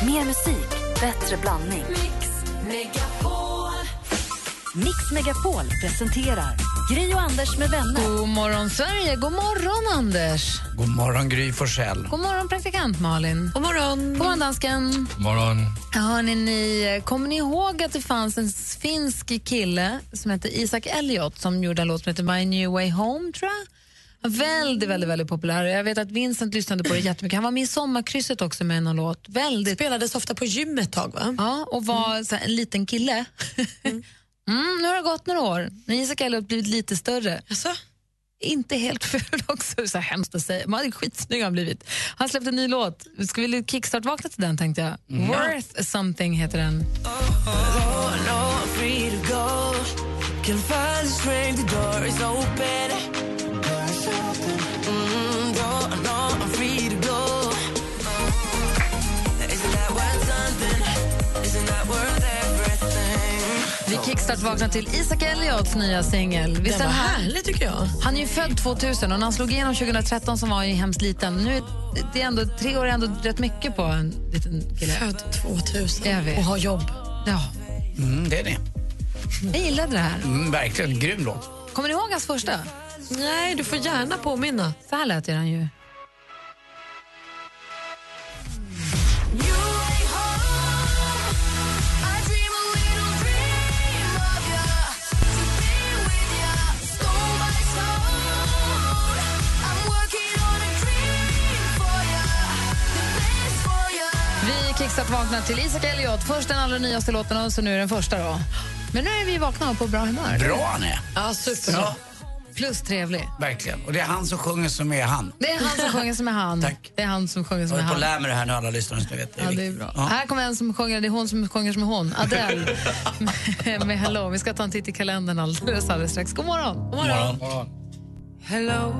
Mer musik, bättre blandning. Mix Megapol presenterar Gry och Anders med vänner. God morgon Sverige, god morgon Anders. God morgon Gry Forssell. God morgon praktikant Malin. God morgon. God morgon dansken. God morgon. Kommer ni ihåg att det fanns en finsk kille som hette Isaac Elliot som gjorde en låt som heter My New Way Home, tror jag? Väldigt populär. Jag vet att Vincent lyssnade på det jättemycket. Han var med i Sommarkrysset också med en låt. Spelades ofta på gym ett tag, va? Ja, och var så här, en liten kille. Nu har det gått några år. Men Isaac Elliot blivit lite större. Alltså? Inte helt ful också, så hemskt att säga. Man är skitsnygg han blivit. Han släppte en ny låt. Ska vi kickstart-vakna till den, tänkte jag. Worth Something heter den. Vi kickstart-vaknar till Isaac Elliots nya singel. Det var härligt, tycker jag. Han är ju född 2000 och när han slog igenom 2013 så var han ju hemskt liten. Nu är det ändå 3 år är ändå rätt mycket på en liten kille. Född 2000 jag vet. Och har jobb. Ja. Det är det. Jag gillade det här. Verkligen, grym låt. Kommer ni ihåg hans första? Nej, du får gärna påminna. Så här lät han ju. Kickstart vaknar till Isaac Elliot. Först den allra nyaste låten och så nu är den första då. Men nu är vi vakna och på bra humör. Bra han är. Ja, super. Ja. Plus trevlig. Verkligen. Och det är han som sjunger som är han. Det är han som sjunger som är han. Tack. Det är han som sjunger som är Jag han. håller på att lära mig det här nu, alla lyssnare, så vet. Ja, det är bra. Ja. Här kommer en som sjunger, det är hon som sjunger som är hon. Adele med Hello. Vi ska ta en titt i kalendern alldeles strax. God morgon. God morgon. God morgon. Hello,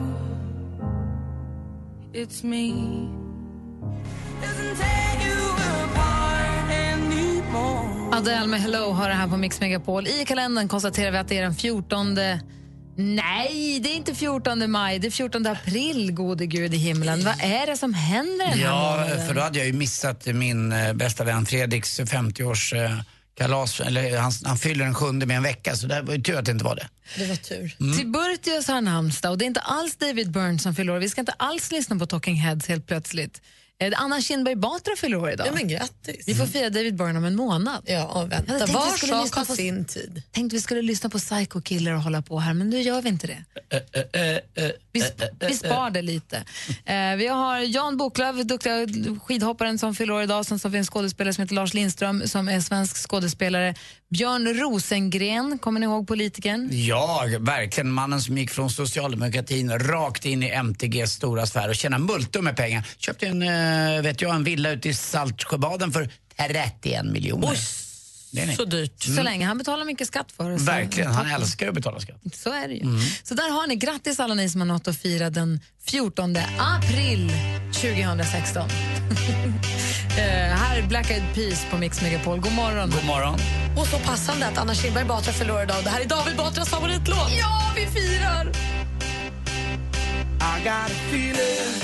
it's me. Doesn't take you apart anymore. Adele med Hello har det här på Mix Megapol. I kalendern konstaterar vi att det är den 14. Nej, det är inte 14 maj, det är 14 april, gode gud i himlen. Vad är det som händer den här månaden? För då hade jag ju missat min bästa vän Fredriks 50-års kalas. Eller han fyller den 7 med en vecka, så det var ju tur att det inte var det. Det var tur. Tiburtius har namnsdag och det är inte alls David Byrne som fyller år. Vi ska inte alls lyssna på Talking Heads helt plötsligt. Anna Kinberg Batra fyller år idag. Ja, men grattis. Vi får fira David Byrne om en månad. Ja, vänta. Var sak har sin tid. Tänkte vi skulle lyssna på Psycho Killer och hålla på här, men nu gör vi inte det. Vi spar det lite. Vi har Jan Boklöv, duktiga skidhopparen som fyller år idag. Sen så har vi en skådespelare som heter Lars Lindström som är svensk skådespelare. Björn Rosengren, kommer ni ihåg politikern? Ja, verkligen. Mannen som gick från socialdemokratin rakt in i MTGs stora sfär och tjänade multum med pengar. Köpte en villa ute i Saltsjöbaden för 31 miljoner. Oj, så dyrt. Så länge han betalar mycket skatt för det. Verkligen, han älskar att betala skatt. Så är det ju. Så där har ni, grattis alla ni som har nått att fira den 14 april 2016. Här är Black Eyed Peas på Mix Megapol. God morgon. God morgon. Och så passande att Anna Kinberg Batra förlorar idag. Det här är David Batras favoritlåt. Ja, vi firar! I got a feeling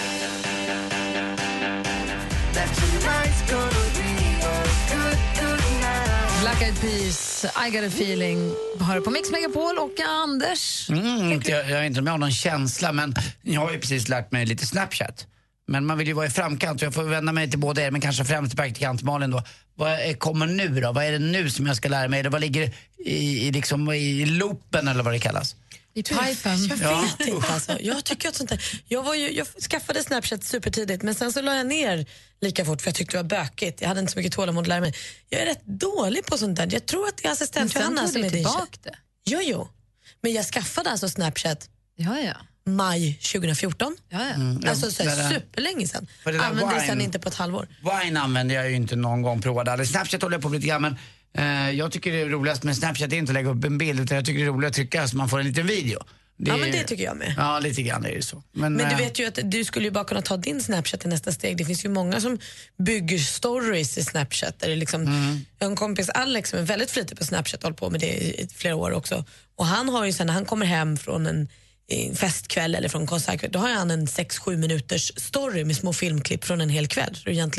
that tonight's gonna be a good night. Black Eyed Peas, I got a feeling. Hör på Mix Megapol och Anders. Jag är inte med av någon känsla, men jag har ju precis lärt mig lite Snapchat. Men man vill ju vara i framkant, så jag får vända mig till båda er, men kanske främst till praktikant Malin då. Vad kommer nu då? Vad är det nu som jag ska lära mig? Eller vad ligger i loopen eller vad det kallas? I pipen. Jag vet inte alltså. Jag tycker att sånt där. Jag skaffade Snapchat supertidigt, men sen så la jag ner lika fort för jag tyckte det var bökigt. Jag hade inte så mycket tålamod att lära mig. Jag är rätt dålig på sånt där. Jag tror att det är assistent Johanna som är din det. Jo. Men jag skaffade alltså Snapchat maj 2014. Alltså så superlänge sedan. Använde det sen inte på ett halvår. Vine använder jag ju inte någon gång provat. Snapchat håller jag på lite grann, men jag tycker det är roligast med Snapchat är inte att lägga upp en bild, utan jag tycker det är roligt att trycka så man får en liten video. Men det tycker jag med. Ja, lite grann är det så. Men du vet ju att du skulle ju bara kunna ta din Snapchat till nästa steg. Det finns ju många som bygger stories i Snapchat. Där det liksom, jag har en kompis Alex som är väldigt flitig på Snapchat, håller på med det i flera år också. Och han har ju sen när han kommer hem från en festkväll eller från konsertkväll, då har han en 6-7 minuters story med små filmklipp från en hel kväll. Så egentligen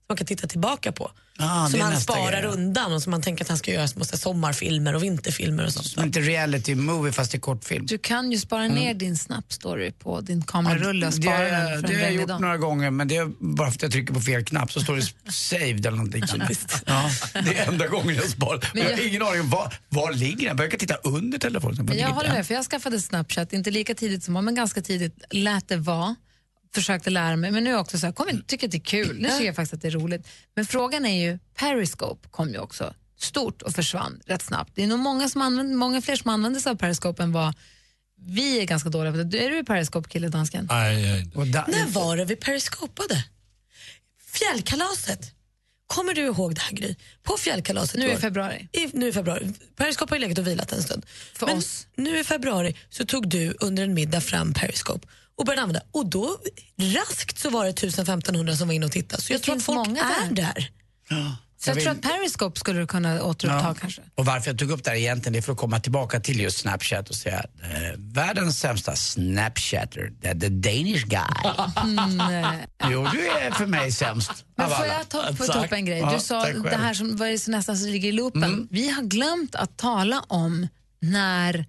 man kan titta tillbaka på. Ah, som han nästa sparar grej. undan och som man tänker att han ska göra små sommarfilmer och vinterfilmer och sånt. Som inte reality movie fast i kortfilm. Du kan ju spara ner din Snap-story på din kamerarulle och spara den för en det har jag regnig gjort dag. några gånger, men det är bara för att jag trycker på fel knapp så står det saved eller någonting sånt. Ja, det är enda gången jag sparar. Men jag har ingen aning om var ligger den. Jag brukar titta under telefonen. Men jag håller med, för jag skaffade Snapchat inte lika tidigt som men ganska tidigt lät det vara. Försökte lära mig, men nu är jag också så här, tycker att det är kul. Nu tycker jag faktiskt att det är roligt. Men frågan är ju, Periscope kom ju också stort och försvann rätt snabbt. Det är nog många fler som använder sig av Periscope än vad vi är ganska dåliga på. Är du Periscope-kille, dansken? Nej. När var det vi periskopade? Fjällkalaset. Kommer du ihåg det här, Gry? På fjällkalaset Nu i februari. Nu i februari. Periscope har ju legat och vilat en stund. För oss. Nu i februari så tog du under en middag fram Periscope och började använda. Och då raskt så var det 1500 som var inne och tittade. Så jag tror att finns folk många är där. Ja. Så jag tror att Periscope skulle du kunna återuppta kanske. Och varför jag tog upp det här egentligen, det är för att komma tillbaka till just Snapchat och säga världens sämsta Snapchatter, the Danish guy. Jo, du är för mig sämst. Men får jag ta upp en grej? Du sa det här som var så nästan så ligger i loopen. Vi har glömt att tala om när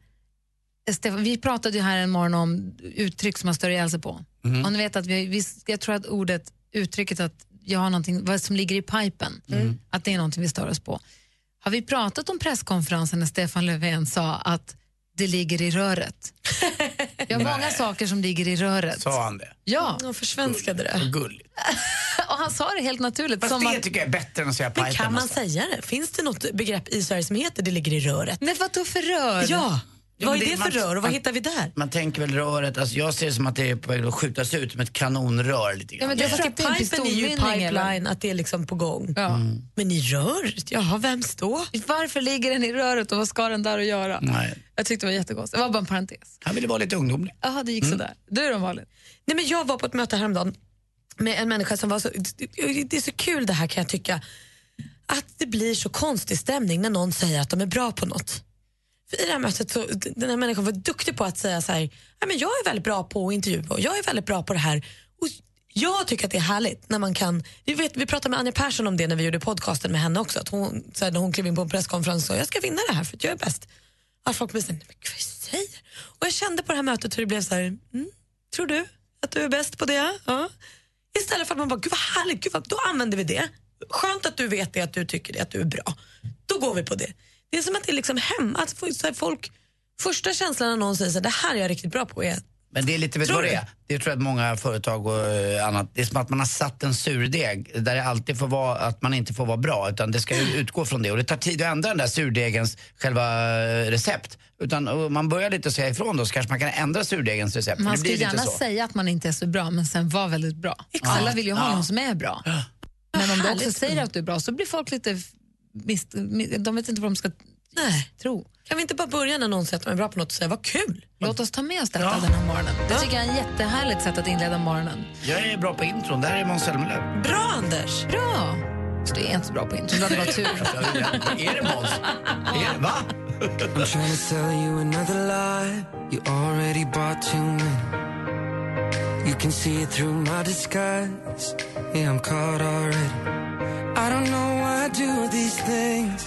vi pratade ju här en morgon om uttryck som man stör ihjäl sig på. Och ni vet att jag tror att uttrycket att jag har någonting vad som ligger i pipen, att det är någonting vi stör oss på. Har vi pratat om presskonferensen när Stefan Löfven sa att det ligger i röret? Jag har många saker som ligger i röret. Sa han det? Ja, och försvenskade det. Gulligt. Och han sa det helt naturligt. Fast som det tycker jag är bättre än att säga pipen. Men kan man säga det? Finns det något begrepp i Sverige som heter det ligger i röret? Men vad då för rör? Ja, vad är men det för rör och vad hittar vi där? Man tänker väl röret, alltså jag ser det som att det är på väg att skjutas ut som ett kanonrör lite grann. Ja, men det är för att Pipen är ju pistolmynning, pipeline, att det är liksom på gång. Ja. Men i röret? Jaha, vems då? Varför ligger den i röret och vad ska den där att göra? Nej. Jag tyckte det var jättegott. Det var bara en parentes. Han ville vara lite ungdomlig. Jaha, det gick sådär. Du är de vanligt. Nej, men jag var på ett möte häromdagen med en människa som var så... Det är så kul det här, kan jag tycka. Att det blir så konstig stämning när någon säger att de är bra på något. För i det här mötet så den här människan var duktig på att säga så här, men jag är väldigt bra på att intervjua och jag är väldigt bra på det här. Och jag tycker att det är härligt när man kan... Vi pratade med Anja Persson om det när vi gjorde podcasten med henne också. Att hon, så här, när hon klev in på en presskonferens och sa, jag ska vinna det här för att jag är bäst. Att folk blir så här, men vad säger? Och jag kände på det här mötet hur det blev så här, tror du att du är bäst på det? Ja. Istället för att man bara, gud vad härligt, då använder vi det. Skönt att du vet det, att du tycker det, att du är bra. Då går vi på det. Det är som att det är liksom hem, att folk, första känslan när någon säger så här, det här är jag riktigt bra på är... Men det är lite, vet du vad det är? Det tror jag att många företag och annat, det är som att man har satt en surdeg där det alltid får vara att man inte får vara bra, utan det ska ju utgå från det. Och det tar tid att ändra den där surdegens själva recept. Utan man börjar lite säga ifrån då, så kanske man kan ändra surdegens recept. Man det ska blir lite gärna så. säga att man inte är så bra, men sen vara väldigt bra. Alla vill ju ha någon som är bra. Men om du också säger att du är bra så blir folk lite... de vet inte vad de ska tro. Kan vi inte bara börja när någon säger att de är bra på något och säga, vad kul? Låt oss ta med oss detta den här morgonen. Det tycker jag är en jättehärligt sätt att inleda morgonen. Jag är bra på intron, där är Måns Zelmerlöw. Bra, Anders! Bra! Så du är inte så bra på intron, det hade varit tur. Är det Måns? Va? I'm trying to sell you another lie. You already bought too many. You can see it through my disguise. Yeah, I'm caught already. I don't know why I do these things.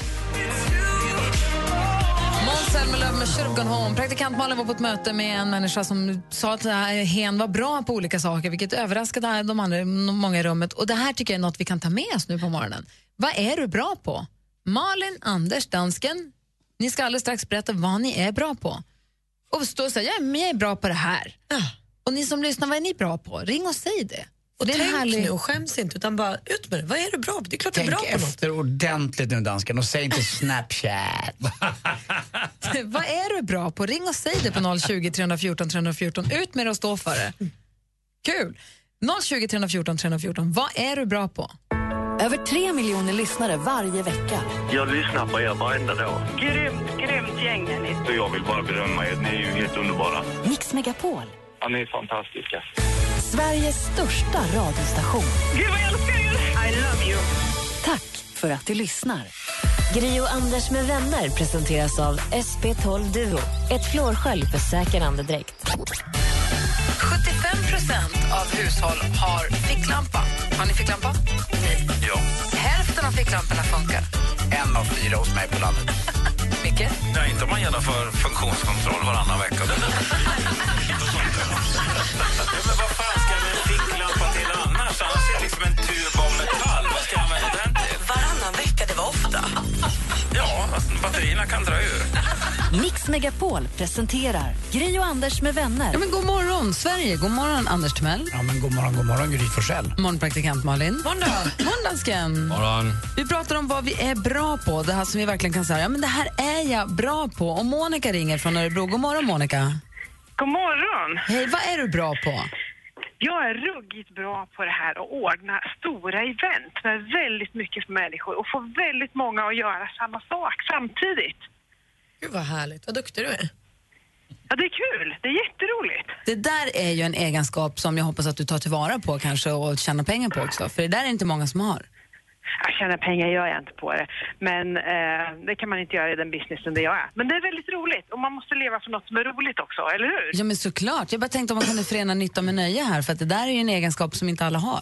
Måns Zelmerlöw med Should Gone Home. Praktikant Malin var på ett möte med en människa som sa att hen var bra på olika saker, vilket överraskade de andra, många i rummet. Och det här tycker jag är något vi kan ta med oss nu på morgonen. Vad är du bra på? Malin, Anders, dansken, ni ska alldeles strax berätta vad ni är bra på. Och stå och säga, jag är bra på det här. Och ni som lyssnar, vad är ni bra på? Ring och säg det. Och tänk nu och skäms inte, utan bara ut med det. Vad är du bra på? Det är klart du är bra på något. Tänk efter ordentligt nu, dansken, och säg inte Snapchat. Vad är du bra på? Ring och säg det på 020 314 314. Ut med det och stå för det. Kul! 020 314 314. Vad är du bra på? Över 3 miljoner lyssnare varje vecka. Jag lyssnar på er varenda dag. Grymt gäng är ni. Jag vill bara berömma er, ni är ju helt underbara. Mix Megapol. Ja, ni är fantastiska. Sveriges största radiostation. Gud vad jag älskar er! I love you. Tack för att du lyssnar. Gri och Anders med vänner presenteras av SP12 Duo. Ett flårskölj för säker andedräkt. 75% av hushåll har ficklampa. Har ni ficklampa? Nej. Ja. lamporna funkar? 1 av 4 hos mig på landet. Micke? Nej, inte om man genomför funktionskontroll varannan vecka. Men vad fan ska jag med en ficklampa till annars? Annars är det liksom en tub av metall. Vad ska jag använda den till? Varannan vecka, det var ofta. Ja, batterierna kan dra ur. Mix Megapol presenterar Gry och Anders med vänner. Ja, men god morgon, Sverige. God morgon, Anders Timell. Ja, men god morgon, Gry Forssell. Morgonpraktikant Malin. Morgondansken. Morgon. Vi pratar om vad vi är bra på. Det här som vi verkligen kan säga, ja, men det här är jag bra på. Och Monica ringer från Örebro. God morgon, Monica. God morgon. Hej, vad är du bra på? Jag är ruggigt bra på det här att ordna stora event med väldigt mycket människor och få väldigt många att göra samma sak samtidigt. Gud vad härligt, vad duktig du är. Ja, det är kul. Det är jätteroligt. Det där är ju en egenskap som jag hoppas att du tar tillvara på kanske och tjänar pengar på också. För det där är inte många som har. Jag tjänar pengar, gör jag inte på det. Men det kan man inte göra i den businessen där jag är. Men det är väldigt roligt och man måste leva för något som är roligt också, eller hur? Ja, men såklart. Jag bara tänkte om man kunde förena nytta med nöje här. För att det där är ju en egenskap som inte alla har.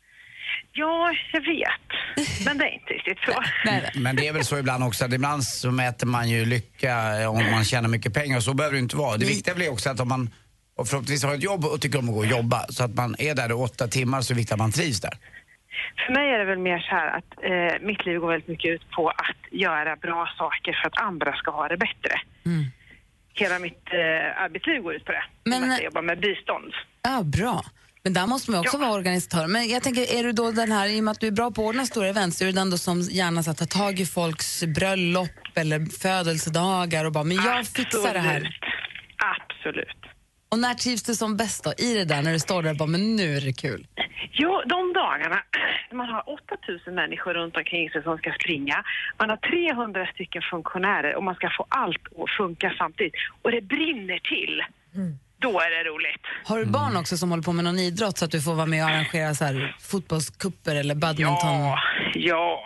Ja, jag vet. Men det är inte riktigt så. Nej. Men det är väl så ibland också att ibland så mäter man ju lycka om man tjänar mycket pengar. Så behöver det inte vara. Det viktiga blir också att om man och förhoppningsvis har ett jobb och tycker om att gå och jobba så att man är där i 8 timmar så är det viktigt att man trivs där. För mig är det väl mer så här att mitt liv går väldigt mycket ut på att göra bra saker för att andra ska ha det bättre. Hela mitt arbetsliv går ut på det. Men att jobba med bistånd. Ja, bra. Men där måste man också vara organisatör. Men jag tänker, är du då den här, i och med att du är bra på att ordna stora events, är du den då som gärna tar tag i folks bröllop eller födelsedagar och bara, men jag fixar det här. Absolut. Och när trivs du som bäst då? I det där, när du står där och bara, men nu är det kul. Jo, de dagarna när man har 8000 människor runt omkring sig som ska springa. Man har 300 stycken funktionärer och man ska få allt att funka samtidigt. Och det brinner till. Då är det roligt. Har du barn också som håller på med någon idrott så att du får vara med och arrangera så här fotbollskupper eller badminton? Ja.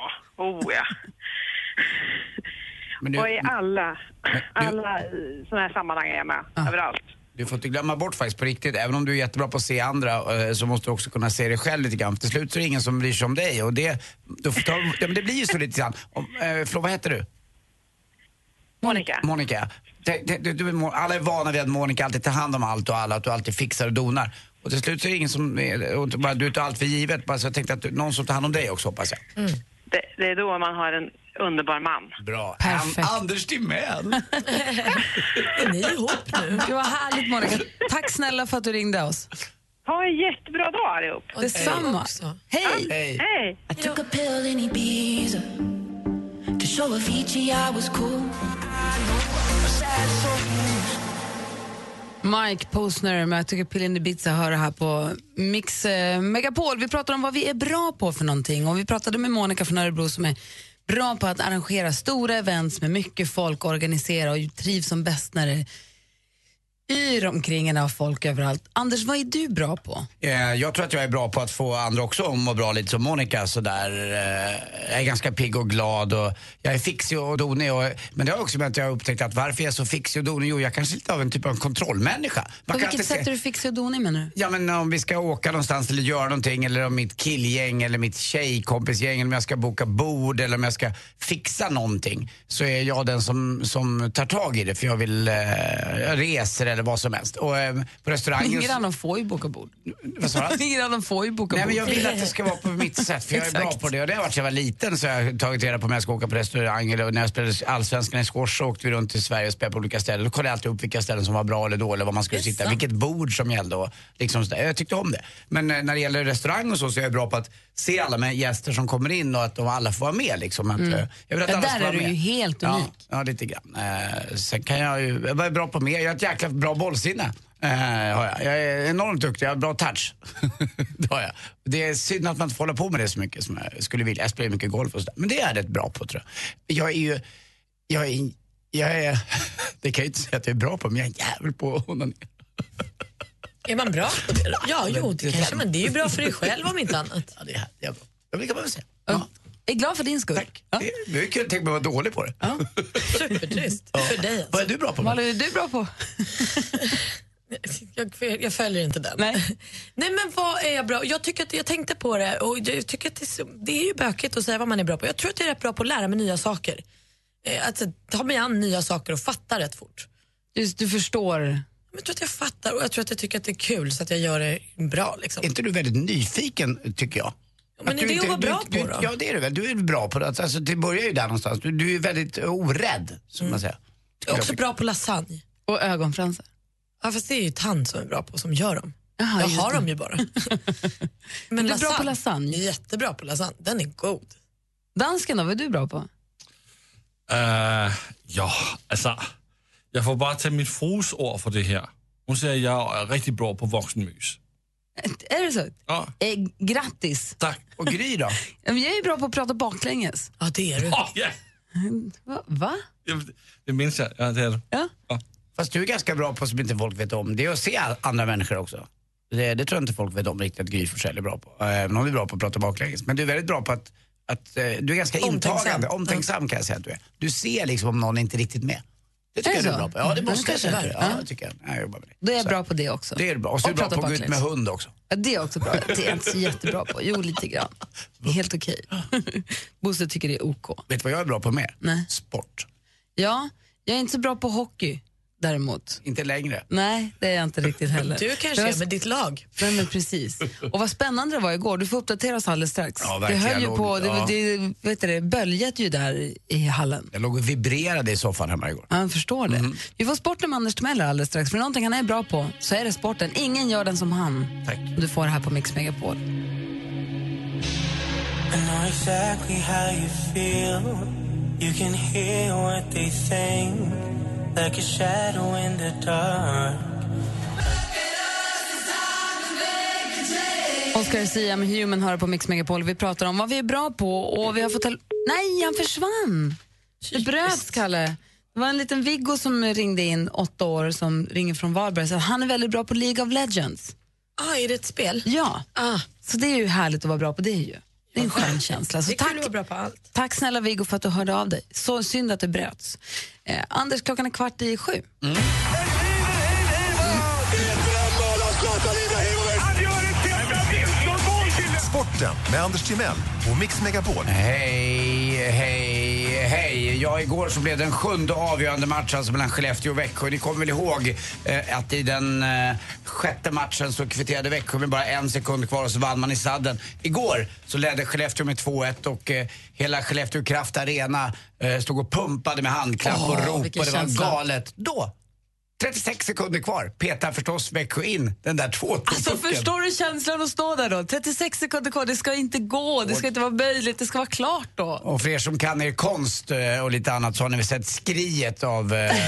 Men och i alla såna här sammanhang är jag med. Överallt. Du får inte glömma bort faktiskt på riktigt, även om du är jättebra på att se andra så måste du också kunna se dig själv lite grann. För till slut så är det ingen som bryr sig om dig och det det blir ju så lite grann. Vad heter du? Monica. Alla är vana vid att Monica alltid tar hand om allt och alla, att du alltid fixar och donar. Och till slut så är det ingen som, du tar allt för givet. Så jag tänkte att någon som tar hand om dig också, hoppas jag. Det är då man har en underbar man. Bra. Perfekt. Anders Timell. Är ni ihop nu? Det var härligt, Monica. Tack snälla för att du ringde oss. Ha en jättebra dag allihop. Detsamma. Hej! Hej! I took a pill in Ibiza to show Avicii I was cool. Mike Posner med Jag tycker Pill in Ibiza hör här på Mix Megapol. Vi pratar om vad vi är bra på för någonting. Och vi pratade med Monica från Örebro som är bra på att arrangera stora events med mycket folk, organisera och trivs som bäst när det yr omkring en av folk överallt. Anders, vad är du bra på? Jag tror att jag är bra på att få andra också att må bra, lite som Monica. Så där, jag är ganska pigg och glad och jag är fixig och donig. Men det har också med att jag har upptäckt att varför jag är så fixig och donig. Jo, jag kanske lite av en typ av kontrollmänniska. På vilket sätt är du fixig och donig, menar du? Ja, men om vi ska åka någonstans eller göra någonting, eller om mitt killgäng eller mitt tjejkompisgäng, eller om jag ska boka bord eller om jag ska fixa någonting, så är jag den som tar tag i det, för jag vill reser eller vad som helst. Och på restaurangen... Ingen annan får ju boka bord. Vad sa du? Ingen annan får ju boka bord. Nej, men jag vill att det ska vara på mitt sätt, för jag är bra på det. Och det har varit så jag var liten, så jag har tagit reda på om jag ska åka på restaurang, eller när jag spelade Allsvenskan i squash så åkte vi runt i Sverige och spelade på olika ställen. Då kollade jag alltid upp vilka ställen som var bra eller dåliga, var man skulle sitta, vilket bord som gällde och liksom så där. Jag tyckte om det. Men när det gäller restaurang och så är jag bra på att se alla med gäster som kommer in och att de alla får vara med liksom. Jag vill att alla ska där vara är du med. ju helt unik. Ja, lite grann. Sen kan jag är bra på mer. Jag har ett jäkla bra bollsinne. Har jag. Jag är enormt duktig, jag har bra touch. Det har jag. Det är synd att man inte får hålla på med det så mycket som jag skulle vilja. Jag spelar mycket golf och sådär. Men det är rätt bra på, tror jag. Jag är det kan jag inte säga att jag är bra på, men jag är jävel på honom. Är man bra på det då? Ja, jo, det kanske, men det är ju bra för dig själv om inte annat. Ja, det är jävla bra. Det kan man väl säga. Ja. Jag är glad för din skull. Tack. Ja. Det är kul att tänka mig att vara dålig på det. Ja. Supertrist. För dig alltså. Vad är du bra på? Vad är du bra på? Jag följer inte den. Nej. Nej, men vad är jag bra? Jag tycker att jag tänkte på det och jag tycker att det är ju bökigt att säga vad man är bra på. Jag tror att jag är rätt bra på att lära mig nya saker. Att ta mig an nya saker och fatta rätt fort. Just du förstår. Jag tror att jag fattar och jag tror att jag tycker att det är kul så att jag gör det bra liksom. Är inte du väldigt nyfiken, tycker jag? Men är det att vara bra på då? Ja, det är du väl. Du är bra på det. Alltså, det börjar ju där någonstans. Du är väldigt orädd, som man säger. Jag är också bra på lasagne. Och ögonfransar. Ja, fast det är ju tant som är bra på, som gör dem. Aha, jag har dem ju bara. Men du är bra på lasagne? Jättebra på lasagne. Den är god. Dansken då, vad är du bra på? Ja, alltså... Jag får bara ta min frus ord för det här. Hon säger att jag är riktigt bra på vuxenmys. Är det så? Ja. Grattis. Tack. Och Gry då? Jag är bra på att prata baklänges. Ja, det är du. Ja. Va? Det minns jag. Ja, det är det. Ja. Fast du är ganska bra på, som inte folk vet om, det är att se andra människor också. Det tror jag inte folk vet om riktigt att Gry Forssell är bra på. Även om du är bra på att prata baklänges. Men du är väldigt bra på att du är ganska intagande. Omtänksam kan jag säga att du är. Du ser liksom om någon inte riktigt med. Det tycker jag du är bra på. Ja, det måste jag säga. Ja, det tycker jag. Jag jobbar med det. Då är jag bra på det också. Det är bra. Och så är du bra på att gå ut med hund också. Ja, det är också bra. Det är jag inte så jättebra på. Jo, lite grann. Det är helt okej. Bosse tycker det är OK. Vet du vad jag är bra på mer? Nej. Sport. Ja, jag är inte så bra på hockey däremot. Inte längre. Nej, det är jag inte riktigt heller. Du kanske är med ditt lag. Nej, men precis. Och vad spännande det var igår. Du får uppdatera oss alldeles strax. Ja, det höll ju på, ja. det böljet ju där i hallen. Jag låg och vibrerade i soffan hemma igår. Ja, jag förstår det. Vi får sporten med Anders Timell alldeles strax. För någonting han är bra på så är det sporten. Ingen gör den som han. Tack. Du får det här på Mix Megapol. I know exactly how you feel. You can hear what they think. Like a shadow in the dark. Oscar Sia med Human hör på Mix Megapol. Vi pratar om vad vi är bra på och vi har fått... Nej, han försvann! Det bröts, Kalle. Det var en liten Viggo som ringde in 8 år som ringer från Varberg. Så han är väldigt bra på League of Legends. Är det ett spel? Ja, så det är ju härligt att vara bra på det ju. Det är en skön känsla. Så det är kul att vara bra på allt. Tack snälla Viggo för att du hörde av dig. Så synd att det bröts. Anders, klockan är 6:15. Sporten med Anders Timell och Mix Megapol. Hej. Ja, igår så blev det den 7:e avgörande matchen alltså mellan Skellefteå och Växjö. Ni kommer väl ihåg att i den 6:e matchen så kvitterade Växjö med bara 1 sekund kvar och så vann man i sadden. Igår så ledde Skellefteå med 2-1 och hela Skellefteå Kraft Arena stod och pumpade med handklapp och ropade. Det var galet. Då 36 sekunder kvar. Petar förstås Växjö in den där 2-2-pucken. Alltså förstår du känslan att stå där då? 36 sekunder kvar, det ska inte gå, det ska inte vara möjligt, det ska vara klart då. Och för er som kan er konst och lite annat så har ni väl sett skriet av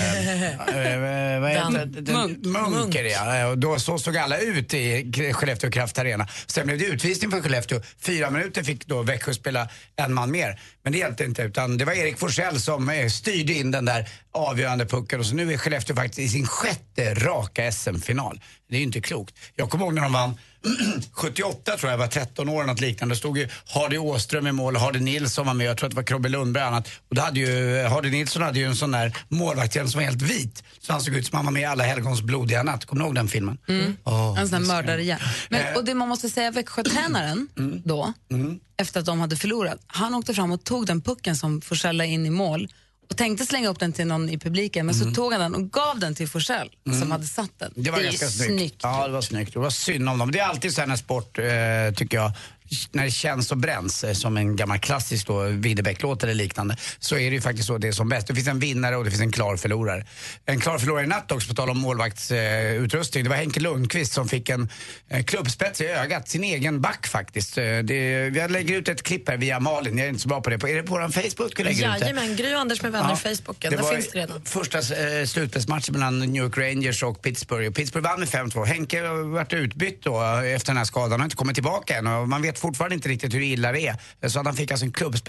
Munk. Ja. Och då så såg alla ut i Skellefteå Kraft Arena. Sen blev det utvisning för Skellefteå. 4 minuter fick då Växjö spela en man mer. Men det hjälpte inte, utan det var Erik Forssell som styrde in den där avgörande pucken. Och så nu är Skellefteå faktiskt i sin 6:e raka SM-final. Det är ju inte klokt. Jag kommer ihåg när de vann 78 tror jag, var 13 år och något liknande. Det stod ju Hardy Åström i mål, Hardy Nilsson var med, jag tror att det var Krobbe Lundberg och annat. Och då hade ju, Hardy Nilsson hade ju en sån där målvaktshjälm som var helt vit. Så han såg ut som han var med i Alla helgons blodiga natt. Kommer du ihåg den filmen? En sån där mördare, ja. Men, och det man måste säga, Växjö-tränaren då, efter att de hade förlorat, han åkte fram och tog den pucken som Forssell in i mål och tänkte slänga upp den till någon i publiken, men så tog han den och gav den till Forssell som hade satt den. Det var ganska snyggt. Ja, det var snyggt. Det var synd om dem. Det är alltid så här när sport, tycker jag, när det känns och bränns, som en gammal klassisk då, Widerbäck-låt eller liknande, så är det ju faktiskt så det är som bäst. Det finns en vinnare och det finns en klar förlorare. En klar förlorare i natt också, på tal om målvaktsutrustning. Det var Henke Lundqvist som fick en klubbspets i ögat, sin egen back faktiskt. Vi lägger ut ett klipp här via Malin, jag är inte så bra på det. Är det på vår Facebook? Jajamän, Gry och Anders med vänner Facebooken, där finns det redan. Första slutspelsmatchen mellan New York Rangers och Pittsburgh. Och Pittsburgh vann med 5-2. Henke har varit utbytt då efter den här skadan och har inte kommit tillbaka än. Och man vet fortfarande inte riktigt hur illa det är. Så att han fick alltså en klubbspets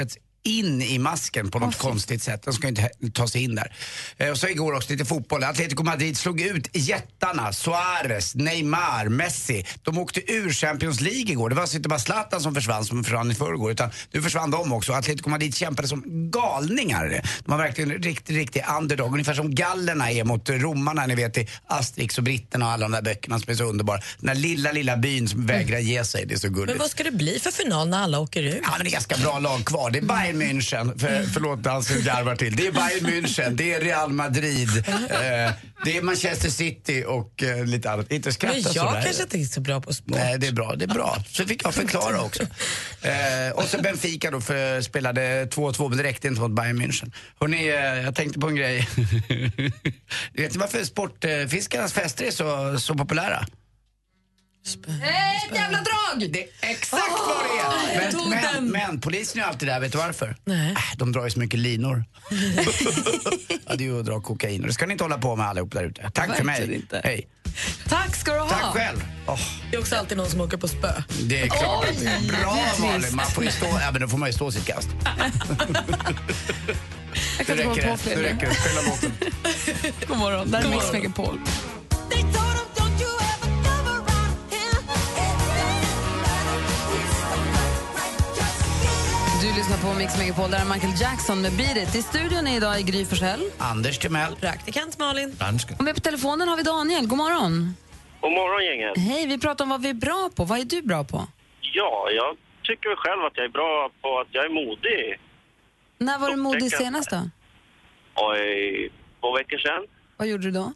in i masken på något konstigt sätt. De ska inte ta sig in där. Och så igår också lite fotboll. Atletico Madrid slog ut jättarna. Suarez, Neymar, Messi. De åkte ur Champions League igår. Det var alltså inte bara Zlatan som försvann i förrgår, utan nu försvann de också. Atletico Madrid kämpade som galningar. De var verkligen riktigt underdog. Ungefär som gallerna är mot romarna, ni vet, i Asterix och britterna och alla de där böckerna som är så underbara. Den där lilla byn som vägrar ge sig, det är så gulligt. Men vad ska det bli för final när alla åker ut? Ja, men det är ganska bra lag kvar. Det är Bayern München, förlåt alltså garvar till. Det är Bayern München, det är Real Madrid, det är Manchester City och lite annat. Inte skratta men jag kanske inte är så bra på sport. Nej, det är bra. Så fick jag förklara också. Och så Benfica då spelade 2-2, men det räckte inte mot Bayern München. Hörrni, jag tänkte på en grej. Du vet varför sportfiskarnas fester är så populära? Jävla drag! Det är exakt vad det är. Men polisen är alltid där, vet du varför? Nej. De drar ju så mycket linor. Ja, det är ju att dra kokain. Det ska ni inte hålla på med allihop där ute. Tack för mig. Inte. Hej. Tack ska du ha. Tack själv. Det är också alltid någon som åker på spö. Det är klart att det är bra, Malin. Man får ju stå, men då får man ju stå sitt kast. Jag kan inte komma på fler. Nu räcker det. Spela låten. God morgon. Där är Mix Megapol. Du lyssnar på Mix Megapol, där är Michael Jackson med Beat It. I studion är idag i Gry Forssell. Anders Timell. Praktikant Malin. Dansken. Och med på telefonen har vi Daniel. God morgon. God morgon, gänget. Hej, vi pratar om vad vi är bra på. Vad är du bra på? Ja, jag tycker väl själv att jag är bra på att jag är modig. När var du modig senast då? Oj, 2 veckor sedan. Vad gjorde du då?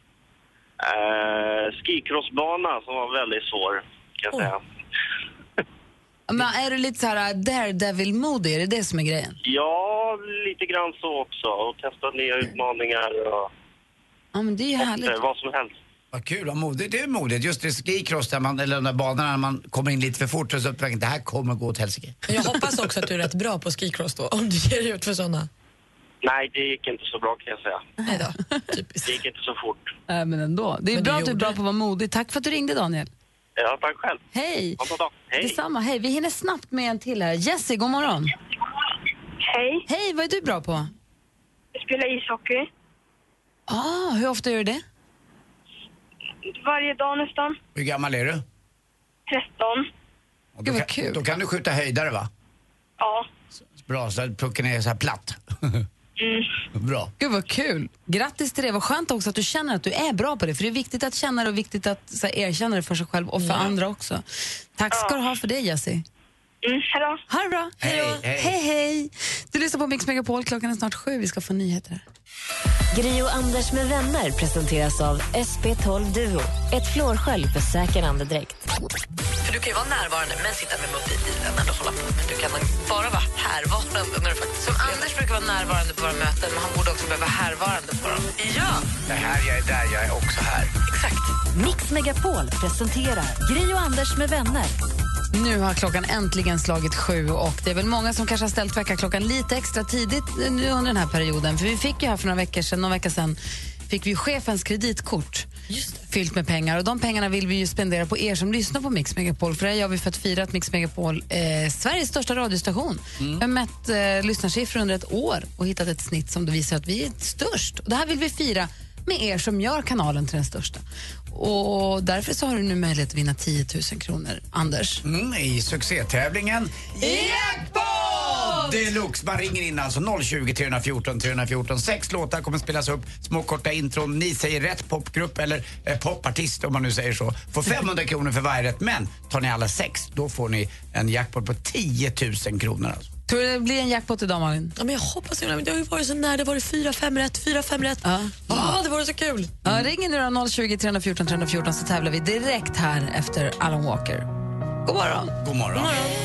Skicrossbana som var väldigt svår, kan jag säga. Men är du lite så här daredevil-modig? Är det det som är grejen? Ja, lite grann så också. Och testa nya utmaningar och Ja, men det är ju härligt. vad som helst. Vad kul, vad modigt. Det är modigt. Just det, skicross där eller de där banorna när man kommer in lite för fort och så upptäcker det här kommer gå åt helsike. Jag hoppas också att du är rätt bra på skicross då, om du ger ut för sådana. Nej, det gick inte så bra, kan jag säga. Nej då, typiskt. Det gick inte så fort. Men ändå. Det är Men bra du att du är bra på att vara modig. Tack för att du ringde, Daniel. Ja, tack själv. Hej. Ha en bra dag. Hej. Detsamma. Hej. Vi hinner snabbt med en till här. Jessie, god morgon. Hej. Hej, vad är du bra på? Jag spelar ishockey. Hur ofta gör du det? Varje dag nästan. Hur gammal är du? 13. Och Gud, vad kul. Då kan du skjuta höjdare, va? Ja. Bra, så att pucken är så här platt. Bra. Gud vad kul. Grattis till det. Vad skönt också att du känner att du är bra på det. För det är viktigt att känna det och viktigt att så här, erkänna det för sig själv och för andra också. Tack ska du ha för det, Jessie. Hejdå. Ha det bra. Hej. Du lyssnar på Mix Megapol. Klockan är snart 7. Vi ska få nyheter här. Gri och Anders med vänner presenteras av SP12 Duo. Ett flårskölj för säker andedräkt. För du kan ju vara närvarande men sitta med mobilen eller hålla på. Men du kan bara vara härvarande när du faktiskt... Som Anders brukar vara närvarande på våra möten, men han borde också behöva vara härvarande på dem. Ja! Det här, jag är där, jag är också här. Exakt. Mix Megapol presenterar Gri och Anders med vänner. Nu har klockan äntligen slagit 7 och det är väl många som kanske har ställt väckarklockan lite extra tidigt nu under den här perioden. För vi fick ju här för någon vecka sedan fick vi chefens kreditkort fyllt med pengar. Och de pengarna vill vi ju spendera på er som lyssnar på Mix Megapol. För det gör vi för att fira att Mix Megapol är Sveriges största radiostation. Vi har mätt lyssnarsiffror under ett år och hittat ett snitt som visar att vi är störst. Och det här vill vi fira med er som gör kanalen till den största. Och därför så har du nu möjlighet att vinna 10 000 kronor. Anders? I succétävlingen Jackpot! Deluxe. Man ringer in alltså 020 314 314. 6 låtar kommer spelas upp. Små korta intron. Ni säger rätt popgrupp eller popartist om man nu säger så. Får 500 kronor för varje rätt. Men tar ni alla 6, då får ni en jackpot på 10 000 kronor alltså. Tror du det blir en jackpot idag, Malin? Ja, men jag hoppas det. Men det har ju varit så när det var 4-5 rätt. Det var så kul. Ring in nu 020 314 314 så tävlar vi direkt här efter Alan Walker. God morgon. God morgon.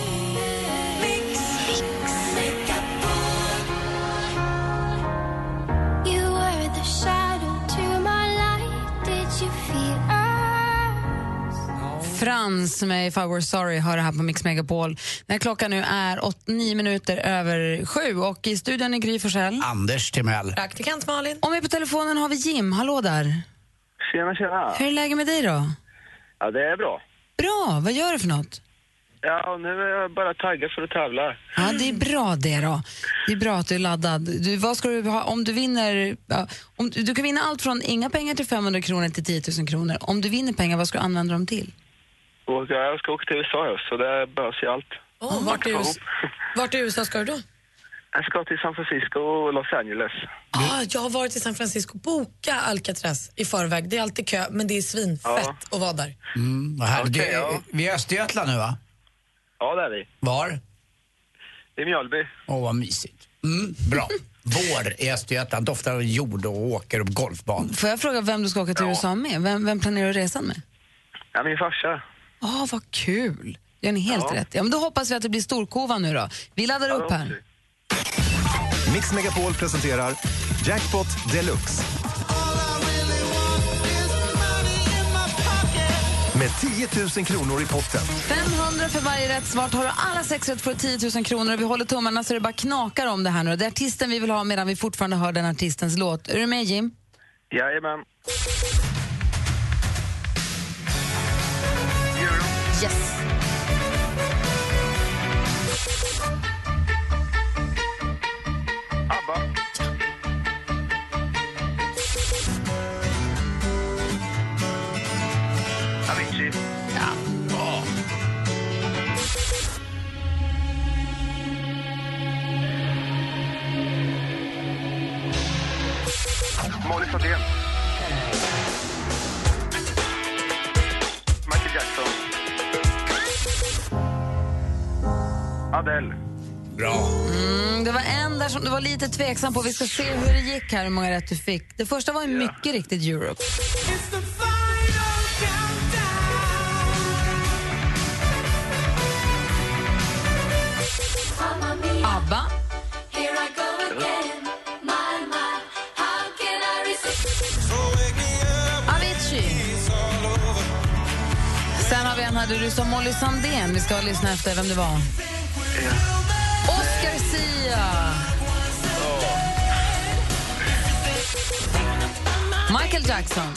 Frans med If I Were Sorry har det här på Mix Megapol. När klockan nu är 9 minuter över 7 och i studion är Gry Forssell. Anders Timell. Praktikant Malin. Och med på telefonen har vi Jim. Hallå där. Tjena. Hur är läget med dig då? Ja, det är bra. Bra, vad gör du för något? Ja, nu är jag bara taggad för att tävla. Ja, det är bra det då. Det är bra att du är laddad. Vad ska du ha om du vinner? Du kan vinna allt från inga pengar till 500 kronor till 10 000 kronor. Om du vinner pengar, vad ska du använda dem till? Och jag ska åka till USA, så det behövs ju allt. Vart i USA ska du då? Jag ska till San Francisco och Los Angeles. Jag har varit i San Francisco. Boka Alcatraz i förväg. Det är alltid kö, men det är svinfett att vara där. Vad här. Okej, ja. Vi är i Östergötland nu, va? Ja, det är vi. Var? I Mjölby. Vad mysigt. Bra. Vår i Östergötland doftar av jord och åker och golfban. Får jag fråga vem du ska åka till USA med? Vem planerar du resan med? Ja, min farsa. Vad kul. Gör ni helt rätt. Ja, men då hoppas vi att det blir storkova nu då. Vi laddar upp här. Mix Megapol presenterar Jackpot Deluxe. Med 10 000 kronor i potten. 500 för varje rätt svar. Har du alla 6 rätt för 10 000 kronor. Vi håller tummarna så det bara knakar om det här nu. Det är artisten vi vill ha medan vi fortfarande hör den artistens låt. Är du med, Jim? Jajamän. Yes. ABBA. Avicii. Ja. Molly Sandén. Michael Jackson. Adele. Bra. Det var en där som du var lite tveksam på. Vi ska se hur det gick här, hur många rätt du fick. Det första var ju mycket riktigt Europe. ABBA. Avicii. Sen har vi en här där du sa Molly Sandén. Vi ska lyssna efter vem det var. Oscar Sia. Michael Jackson.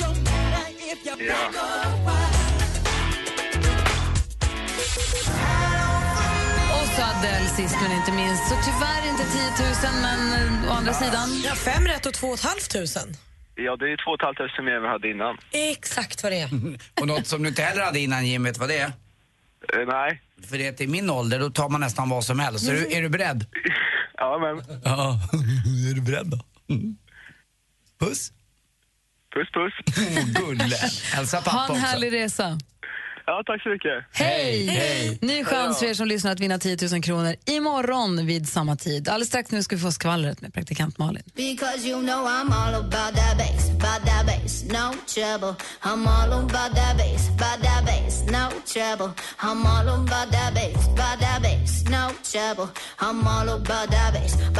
Och så Adele sist men inte minst. Så tyvärr inte 10 000, men å andra sidan. Ja, 5 rätt och 2 500. Ja, det är 2 500 mer än vi hade innan. Exakt vad det är. Och något som du inte heller hade innan, Jim, vet vad det är? Nej. För det är i min ålder, då tar man nästan vad som helst. Är du beredd? Ja, men. Ja, är du beredd då? Puss. Puss, puss. Gulle. Hälsa pappa Ha en också. härlig resa. Ja, tack så mycket. Hej! Ny chans för er som lyssnar att vinna 10 000 kronor imorgon vid samma tid. Alldeles strax nu ska vi få skvallret med praktikant Malin. Because you know I'm all about that bass, no trouble. I'm all about that bass, no trouble. I'm all about that bass, no trouble. I'm all about that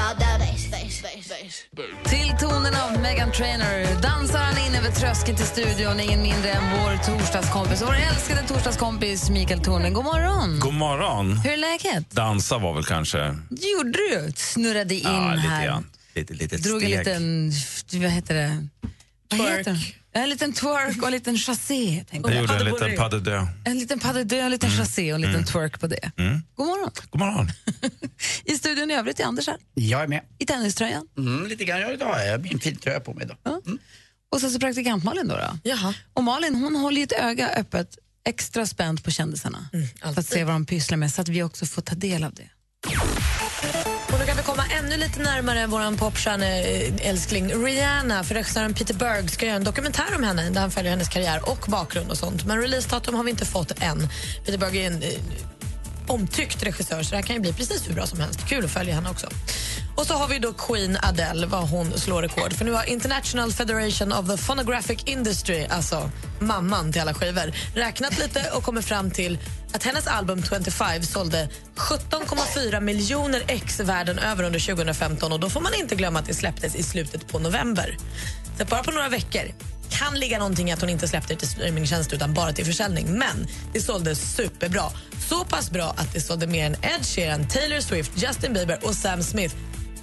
bass. Till tonen av Meghan Trainor dansar han in över tröskeln till studion. Ingen mindre än vår torsdagskompis, vår älskade torsdagskompis Mikael Tornving. God morgon. God morgon. Hur är läget? Dansa var väl kanske... Gjorde du? Snurrade in här. Lite Drog steg. en liten, vad heter det? Vad heter det? En liten twerk och en liten chassé. Jag gjorde en liten pas de deux. En liten pas de deux, en liten chassé och en liten twerk på det. God morgon. God morgon. I studion i övrigt är Anders här. Jag är med. I tenniströjan. Lite grann jag idag. Jag har min filtröja på mig idag. Och så praktikant Malin då. Jaha. Och Malin, hon håller ju ett öga öppet, extra spänt på kändisarna. För att se vad de pysslar med, så att vi också får ta del av det. Och då kan vi komma ännu lite närmare vår popstjärne-älskling Rihanna. För regissören Peter Berg ska göra en dokumentär om henne där han följer hennes karriär och bakgrund och sånt. Men releasedatum har vi inte fått än. Peter Berg är en omtyckt regissör, så det här kan ju bli precis hur bra som helst. Kul att följa henne också. Och så har vi då Queen Adele, vad hon slår rekord. För nu har International Federation of the Phonographic Industry, alltså mamman till alla skivor, räknat lite och kommer fram till att hennes album 25 sålde 17,4 miljoner ex världen över under 2015. Och då får man inte glömma att det släpptes i slutet på november. Så bara på några veckor kan ligga någonting att hon inte släppte till streamingtjänst utan bara till försäljning. Men det sålde superbra. Så pass bra att det sålde mer än Ed Sheeran, Taylor Swift, Justin Bieber och Sam Smith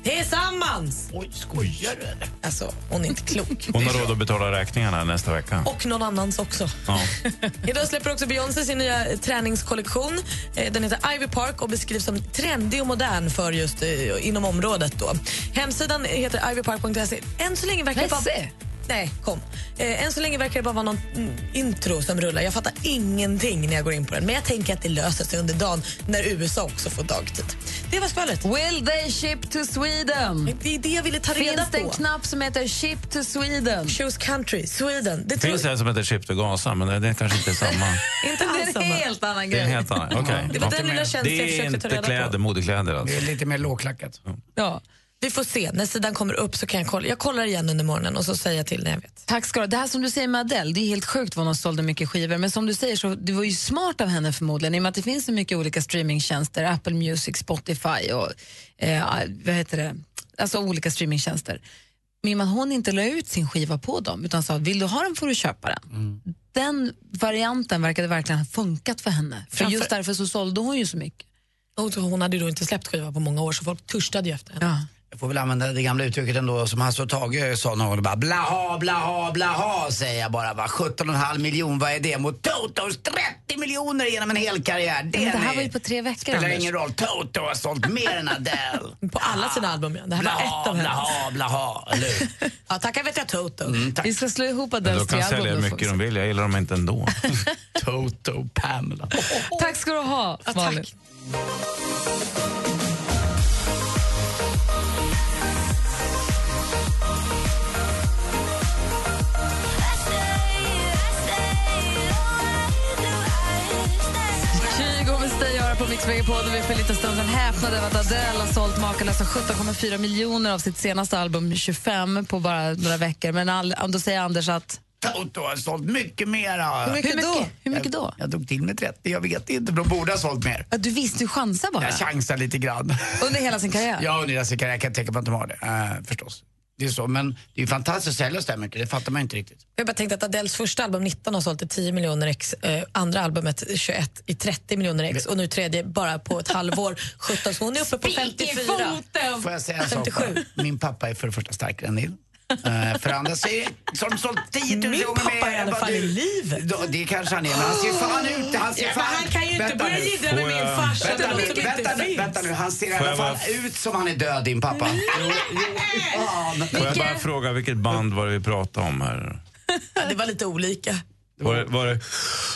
Tillsammans! Oj, skojar du eller? Alltså, hon är inte klok. Hon har råd att betala räkningarna nästa vecka. Och någon annans också. Ja. Idag släpper också Beyoncé sin nya träningskollektion. Den heter Ivy Park och beskrivs som trendig och modern för just inom området då. Hemsidan heter ivypark.se. Än så länge verkar det bara... Nej, kom. Än så länge verkar det bara vara någon intro som rullar. Jag fattar ingenting när jag går in på den. Men jag tänker att det löser sig under dagen när USA också får dagtid. Det var skvallret. Will they ship to Sweden? Det är det jag ville ta reda på. Finns det en knapp som heter ship to Sweden? Choose country, Sweden. Det finns en som heter ship to Gaza, men det är kanske inte samma. Inte alls det är en helt annan Det är grej. en helt annan. Okay. Det var den lilla tjänsten jag försökte ta reda på. Det är inte modekläder alltså. Det är lite mer lågklackat. Ja. Vi får se. När sidan kommer upp så kan jag kolla. Jag kollar igen under morgonen och så säger jag till när jag vet. Tack ska du ha. Det här som du säger med Adele, det är helt sjukt vad hon sålde mycket skivor. Men som du säger så, det var ju smart av henne förmodligen. I och med att det finns så mycket olika streamingtjänster. Apple Music, Spotify och vad heter det? Alltså olika streamingtjänster. Men att hon inte la ut sin skiva på dem utan sa, vill du ha den får du köpa den. Den varianten verkade verkligen ha funkat för henne. För just därför så sålde hon ju så mycket. Och hon hade ju då inte släppt skiva på många år så folk törstade ju efter henne. Ja. Jag får väl använda det gamla uttrycket ändå som Hasse och Tage sa någon gång. Bara blaha, blaha, blaha säger jag bara. 17,5 miljoner, vad är det? Mot Totos 30 miljoner genom en hel karriär. Det här var ju på 3 veckor. Spelar ingen roll. Toto har sålt mer än Adele. På alla sina album, ja. Det här blaha, var ett av hennes. Blaha, blaha, eller? Ja, tackar vet jag Toto. Vi ska slå ihop Adeles 3 album. De kan sälja mycket de vill, jag gillar dem inte ändå. Toto, Pamela. Tack ska du ha, Malin. Tack. På Mix Megapol och vi för lite stund sedan häpnade över att Adele har sålt makalösa 17,4 miljoner av sitt senaste album 25 på bara några veckor. Men då säger Anders att Toto har sålt mycket mera. Hur mycket då? Jag drog till med 30, jag vet inte, de borde ha sålt mer. Du visste ju chansa bara. Jag chansar lite grann. Under hela sin karriär? Ja, under hela sin karriär. Jag kan tänka på att de har det, förstås. Det är så, men det är ju fantastiskt att sälja så mycket, det fattar man inte riktigt. Jag bara tänkte att Adeles första album 19 har sålt i 10 miljoner ex, andra albumet 21 i 30 miljoner ex och nu tredje bara på ett halvår 17, så hon är uppe på 54. Får jag säga en sak? Min pappa är för det första starkare än Neil. För andra säger som sålt 10 000 gånger mer. Min pappa är i alla fall i livet. Det kanske han är, men han ser fan ut. Han kan ju inte börja gidra med min farsa. Vänta nu, han ser i alla fall ut som han är död, din pappa. Får jag bara fråga, vilket band var det vi pratade om här? Ja, det var lite olika. Var det...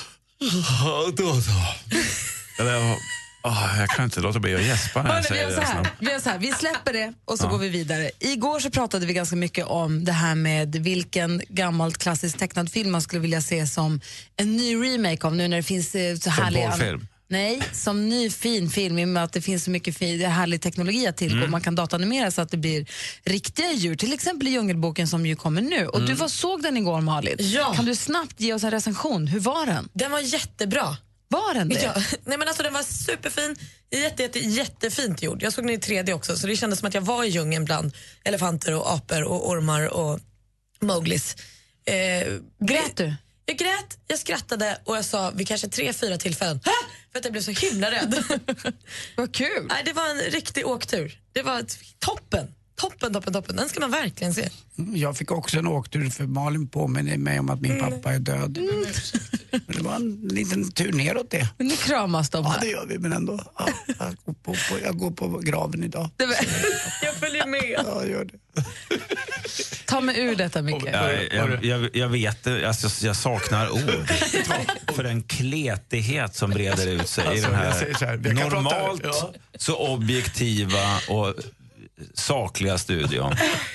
Eller... jag kan inte låta bli att gäspa när jag säger det. Vi släpper det och så går vi vidare. Igår så pratade vi ganska mycket om det här med vilken gammalt klassisk tecknad film man skulle vilja se som en ny remake av nu när det finns så härlig... Som porrfilm? Nej, som ny fin film i och med att det finns så mycket härlig teknologi att tillgå. Man kan dataanimera så att det blir riktiga djur. Till exempel i Djungelboken som ju kommer nu. Och du såg den igår, Malin. Ja. Kan du snabbt ge oss en recension? Hur var den? Den var jättebra. Var den det? Ja. Nej, men alltså, den var superfin, jättefint gjord. Jag såg den i 3D också, så det kändes som att jag var i djungeln bland elefanter och apor och ormar och Mowglis. Grät du? Jag grät, jag skrattade och jag sa vid kanske 3-4 tillfällen för att jag blev så himla rädd. Vad kul. Nej, det var en riktig åktur. Det var toppen. Den ska man verkligen se. Jag fick också en åktur för Malin påminner mig om att min pappa är död. Men det var en liten tur neråt det. Men ni kramas då? Ja, det gör vi, men ändå. Ja, jag går på graven idag. Jag följer med. Ja, gör det. Ta mig ur detta, Micke. Jag vet det, alltså, jag saknar ord för den kletighet som breder ut sig i den här normalt så objektiva och sakliga studion.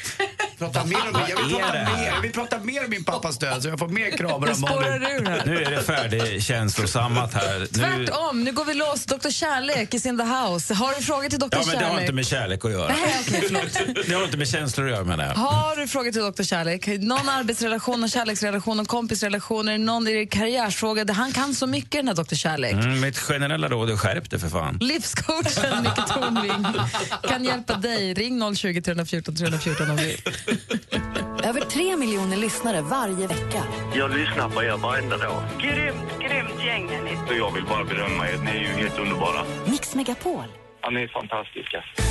Jag vill prata mer om min pappas död så jag får mer kramar av Malin. Nu är det färdigkänslosammat här. Tvärtom, nu går vi loss. Dr. Kärlek is in the house. Har du frågor till Dr. Kärlek? Ja, men det har inte med kärlek att göra. Det har inte med känslor att göra, menar jag. Har du frågor till Dr. Kärlek? Någon arbetsrelation, någon kärleksrelation, någon kompisrelation, någon i karriärsfråga? Han kan så mycket, den här Dr. Kärlek. Mitt generella råd är skärp det för fan. Livscoachen Micke Tornving kan hjälpa dig. Ring 020 314 314 om du vill. Över 3 miljoner lyssnare varje vecka. Jag lyssnar på er varenda dag. Grymt gäng är Jag vill bara berömma er, ni är ju helt underbara. Mix Megapol. Ja, ni är fantastiska.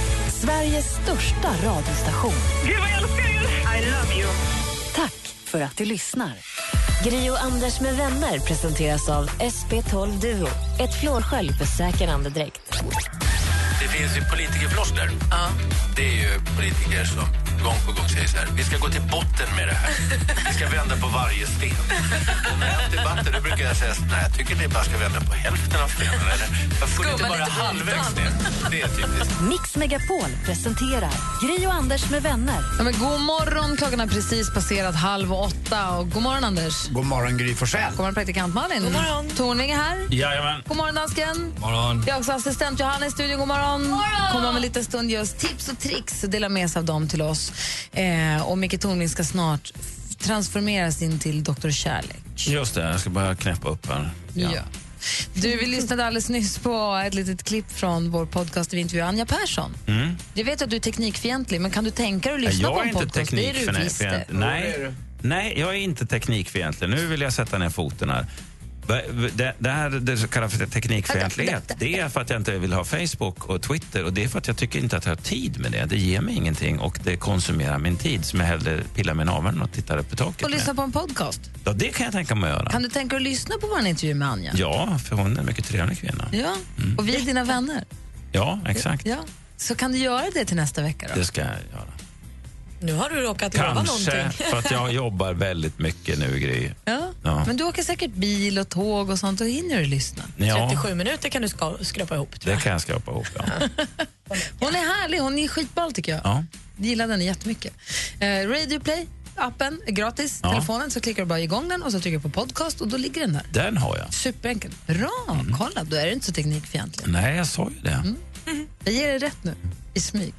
Sveriges största radiostation. Gud vad jag älskar er! I love you. Tack för att du lyssnar. Gri och Anders med vänner presenteras av SP12 Duo. Ett flårskölj för säker andedräkt. Det finns ju politikerfloskler. Ja. Det är ju politiker som gång på gång säger så här: vi ska gå till botten med det här. Vi ska vända på varje sten. Och när jag har debatter då brukar jag säga: nej, jag tycker ni bara ska vända på hälften av stenen. Eller varför inte bara halvvägs ner? Det är typiskt. Mix Megapol presenterar Gri och Anders med vänner. Ja, men god morgon, klockan har precis passerat 7:30. Och god morgon, Anders. God morgon, Gry Forssell. God morgon, praktikant Malin. God morgon. Torning är här. Jajamän. God morgon, dansken. Morgon. Jag har också assistent Johanna i studion. God morgon. Kommer om en liten stund ge oss tips och tricks och dela med sig av dem till oss. Och Micke Tornving ska snart transformeras in till Dr. Kärlek. Just det, jag ska bara knäppa upp här. Ja. Du, vi lyssnade alldeles nyss på ett litet klipp från vår podcast där vi intervjuade Anja Persson. Jag vet att du är teknikfientlig, men kan du tänka dig att lyssna på en podcast? Jag är inte teknikfientlig. Nej, jag är inte teknikfientlig. Nu vill jag sätta ner foten här. Det här det kallas för teknikfientlighet. Det är för att jag inte vill ha Facebook och Twitter, och det är för att jag tycker inte att jag har tid med det. Det ger mig ingenting och det konsumerar min tid, som jag hellre pillar med naveln och tittar upp på taket. Och lyssna på en podcast? Ja, det kan jag tänka mig att göra. Kan du tänka dig att lyssna på vår intervju med Anja? Ja, för hon är en mycket trevlig kvinna. Ja, och vi är dina vänner. Ja, exakt. Ja. Så kan du göra det till nästa vecka då? Det ska jag göra. Nu har du råkat lova någonting. Kanske, för att jag jobbar väldigt mycket nu, Gry. Ja. Men du åker säkert bil och tåg och sånt, och hinner du lyssna. 37 minuter kan du skrapa ihop, tror jag. Det kan jag skrapa ihop, ja. Hon är härlig, hon är skitball tycker jag. Ja. Jag gillar den jättemycket. Radio Play, appen är gratis. Telefonen, så klickar du bara igång den och så trycker du på podcast och då ligger den där. Den har jag. Superenkelt. Bra, kolla, då är du inte så teknikfientlig. Nej, jag sa ju det. Jag ger dig rätt nu, i smyg.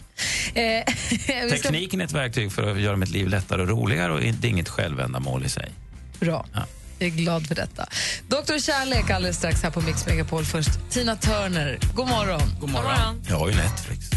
Tekniken är ett verktyg för att göra mitt liv lättare och roligare, och det är inget självändamål i sig. Bra. Ja. Jag är glad för detta. Dr. Kärlek alldeles strax här på Mix Megapol. Först Tina Turner. God morgon. God morgon. Jag har ju Netflix.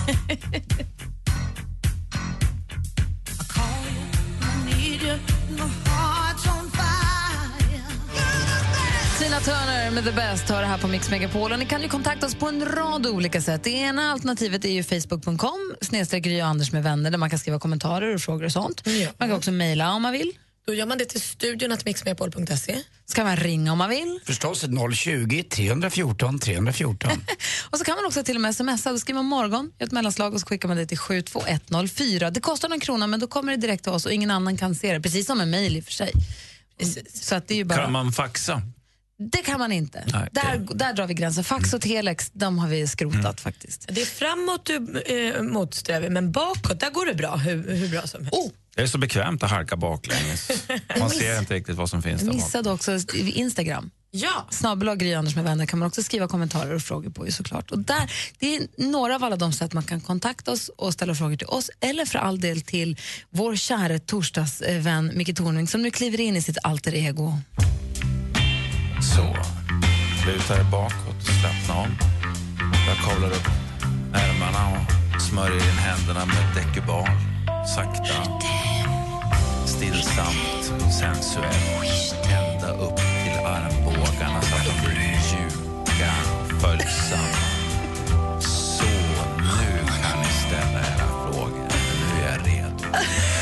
Tina Turner med The Best hör här på Mix Megapol. Och ni kan ju kontakta oss på en rad olika sätt. Det ena alternativet är ju facebook.com/Gry och Anders med vänner, där man kan skriva kommentarer och frågor och sånt. Ja. Man kan också mejla om man vill. Då gör man det till studion@mixmegapol.se. Ska man ringa om man vill? Förstås 020-314 314. Och så kan man också till och med smsa. Då skriver man morgon, ett mellanslag, och så skickar man det till 72104. Det kostar någon krona, men då kommer det direkt till oss och ingen annan kan se det. Precis som en mejl i och för sig. Så att det är ju bara... Kan man faxa? Det kan man inte. Nej, där drar vi gränsen. Fax och telex, de har vi skrotat faktiskt. Det är framåt du motsträver, men bakåt, där går det bra. Hur bra som helst. Det är så bekvämt att halka baklänges. Man ser inte riktigt vad som finns där bak. Missade också Instagram. Ja. /Gry Anders med vänner kan man också skriva kommentarer och frågor på, såklart. Och där, det är några av alla de sätt man kan kontakta oss och ställa frågor till oss, eller för all del till vår kära torsdagsvän Micke Tornving, som nu kliver in i sitt alter ego. Så, luta dig bakåt, slappna av. Jag kavlar upp ärmarna och smörjer in händerna med Decubal. Sakta, stillsamt, sensuellt. Ända upp till armbågarna så att de blir mjuka, följsamma. Så, nu kan ni ställa era frågor. Nu är jag redo.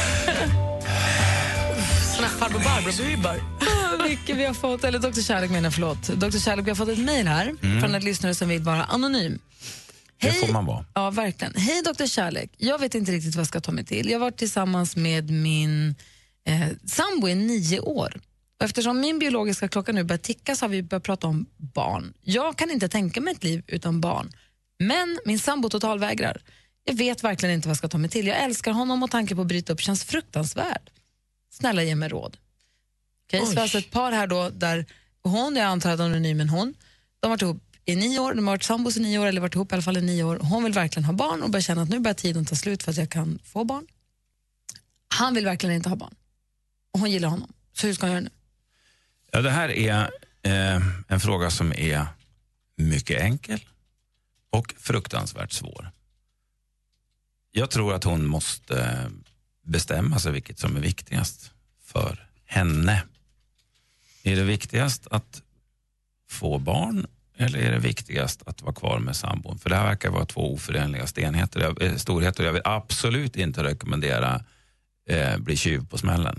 Såna farbror Barbro-vibbar. Mycket vi har fått, eller Dr. Kärlek menar, förlåt. Dr. Kärlek, vi har fått ett mejl här från en lyssnare som vill vara anonym. Det får man vara. Ja, verkligen. Hej Dr. Kärlek, jag vet inte riktigt vad jag ska ta mig till. Jag har varit tillsammans med min sambo i 9 år. Och eftersom min biologiska klocka nu börjar ticka så har vi börjat prata om barn. Jag kan inte tänka mig ett liv utan barn. Men min sambo totalvägrar. Jag vet verkligen inte vad jag ska ta mig till. Jag älskar honom och tanken på att bryta upp känns fruktansvärd. Snälla ge mig råd. Okej, så vi har alltså ett par här då där hon, jag antar att hon är ny, men hon, de har varit ihop i 9 år, de har varit sambos i 9 år, eller varit ihop i alla fall i 9 år. Hon vill verkligen ha barn och börjar känna att nu börjar tiden ta slut för att jag kan få barn. Han vill verkligen inte ha barn. Och hon gillar honom. Så hur ska hon göra nu? Ja, det här är en fråga som är mycket enkel och fruktansvärt svår. Jag tror att hon måste bestämma sig vilket som är viktigast för henne. Är det viktigast att få barn, eller är det viktigast att vara kvar med sambon? För det här verkar vara 2 oförenliga storheter. Jag vill absolut inte rekommendera bli tjuv på smällen.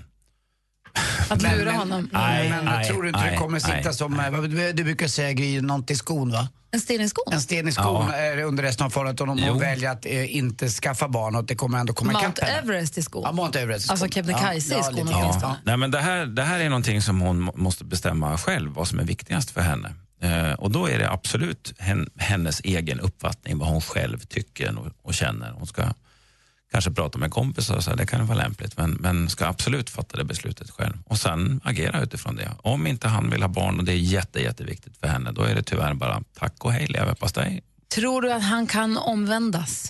Att lura honom. Men tror du inte det kommer sitta som, du brukar säga, Gry, något i skon, va? En sten i skon? En sten i skon är under resten av förhållandet om de väljer att inte skaffa barn, och det kommer ändå komma Mount Everest i skon. Ja, Mount Everest i skon. Alltså Kebnekaise i skon. Nej, men det här är någonting som hon måste bestämma själv, vad som är viktigast för henne. Och då är det absolut hennes egen uppfattning, vad hon själv tycker och känner. Hon ska kanske prata med kompisar och så, det kan vara lämpligt, men ska absolut fatta det beslutet själv och sen agera utifrån det. Om inte han vill ha barn och det är jätteviktigt för henne, då är det tyvärr bara tack och hej, leverpastej. Tror du att han kan omvändas?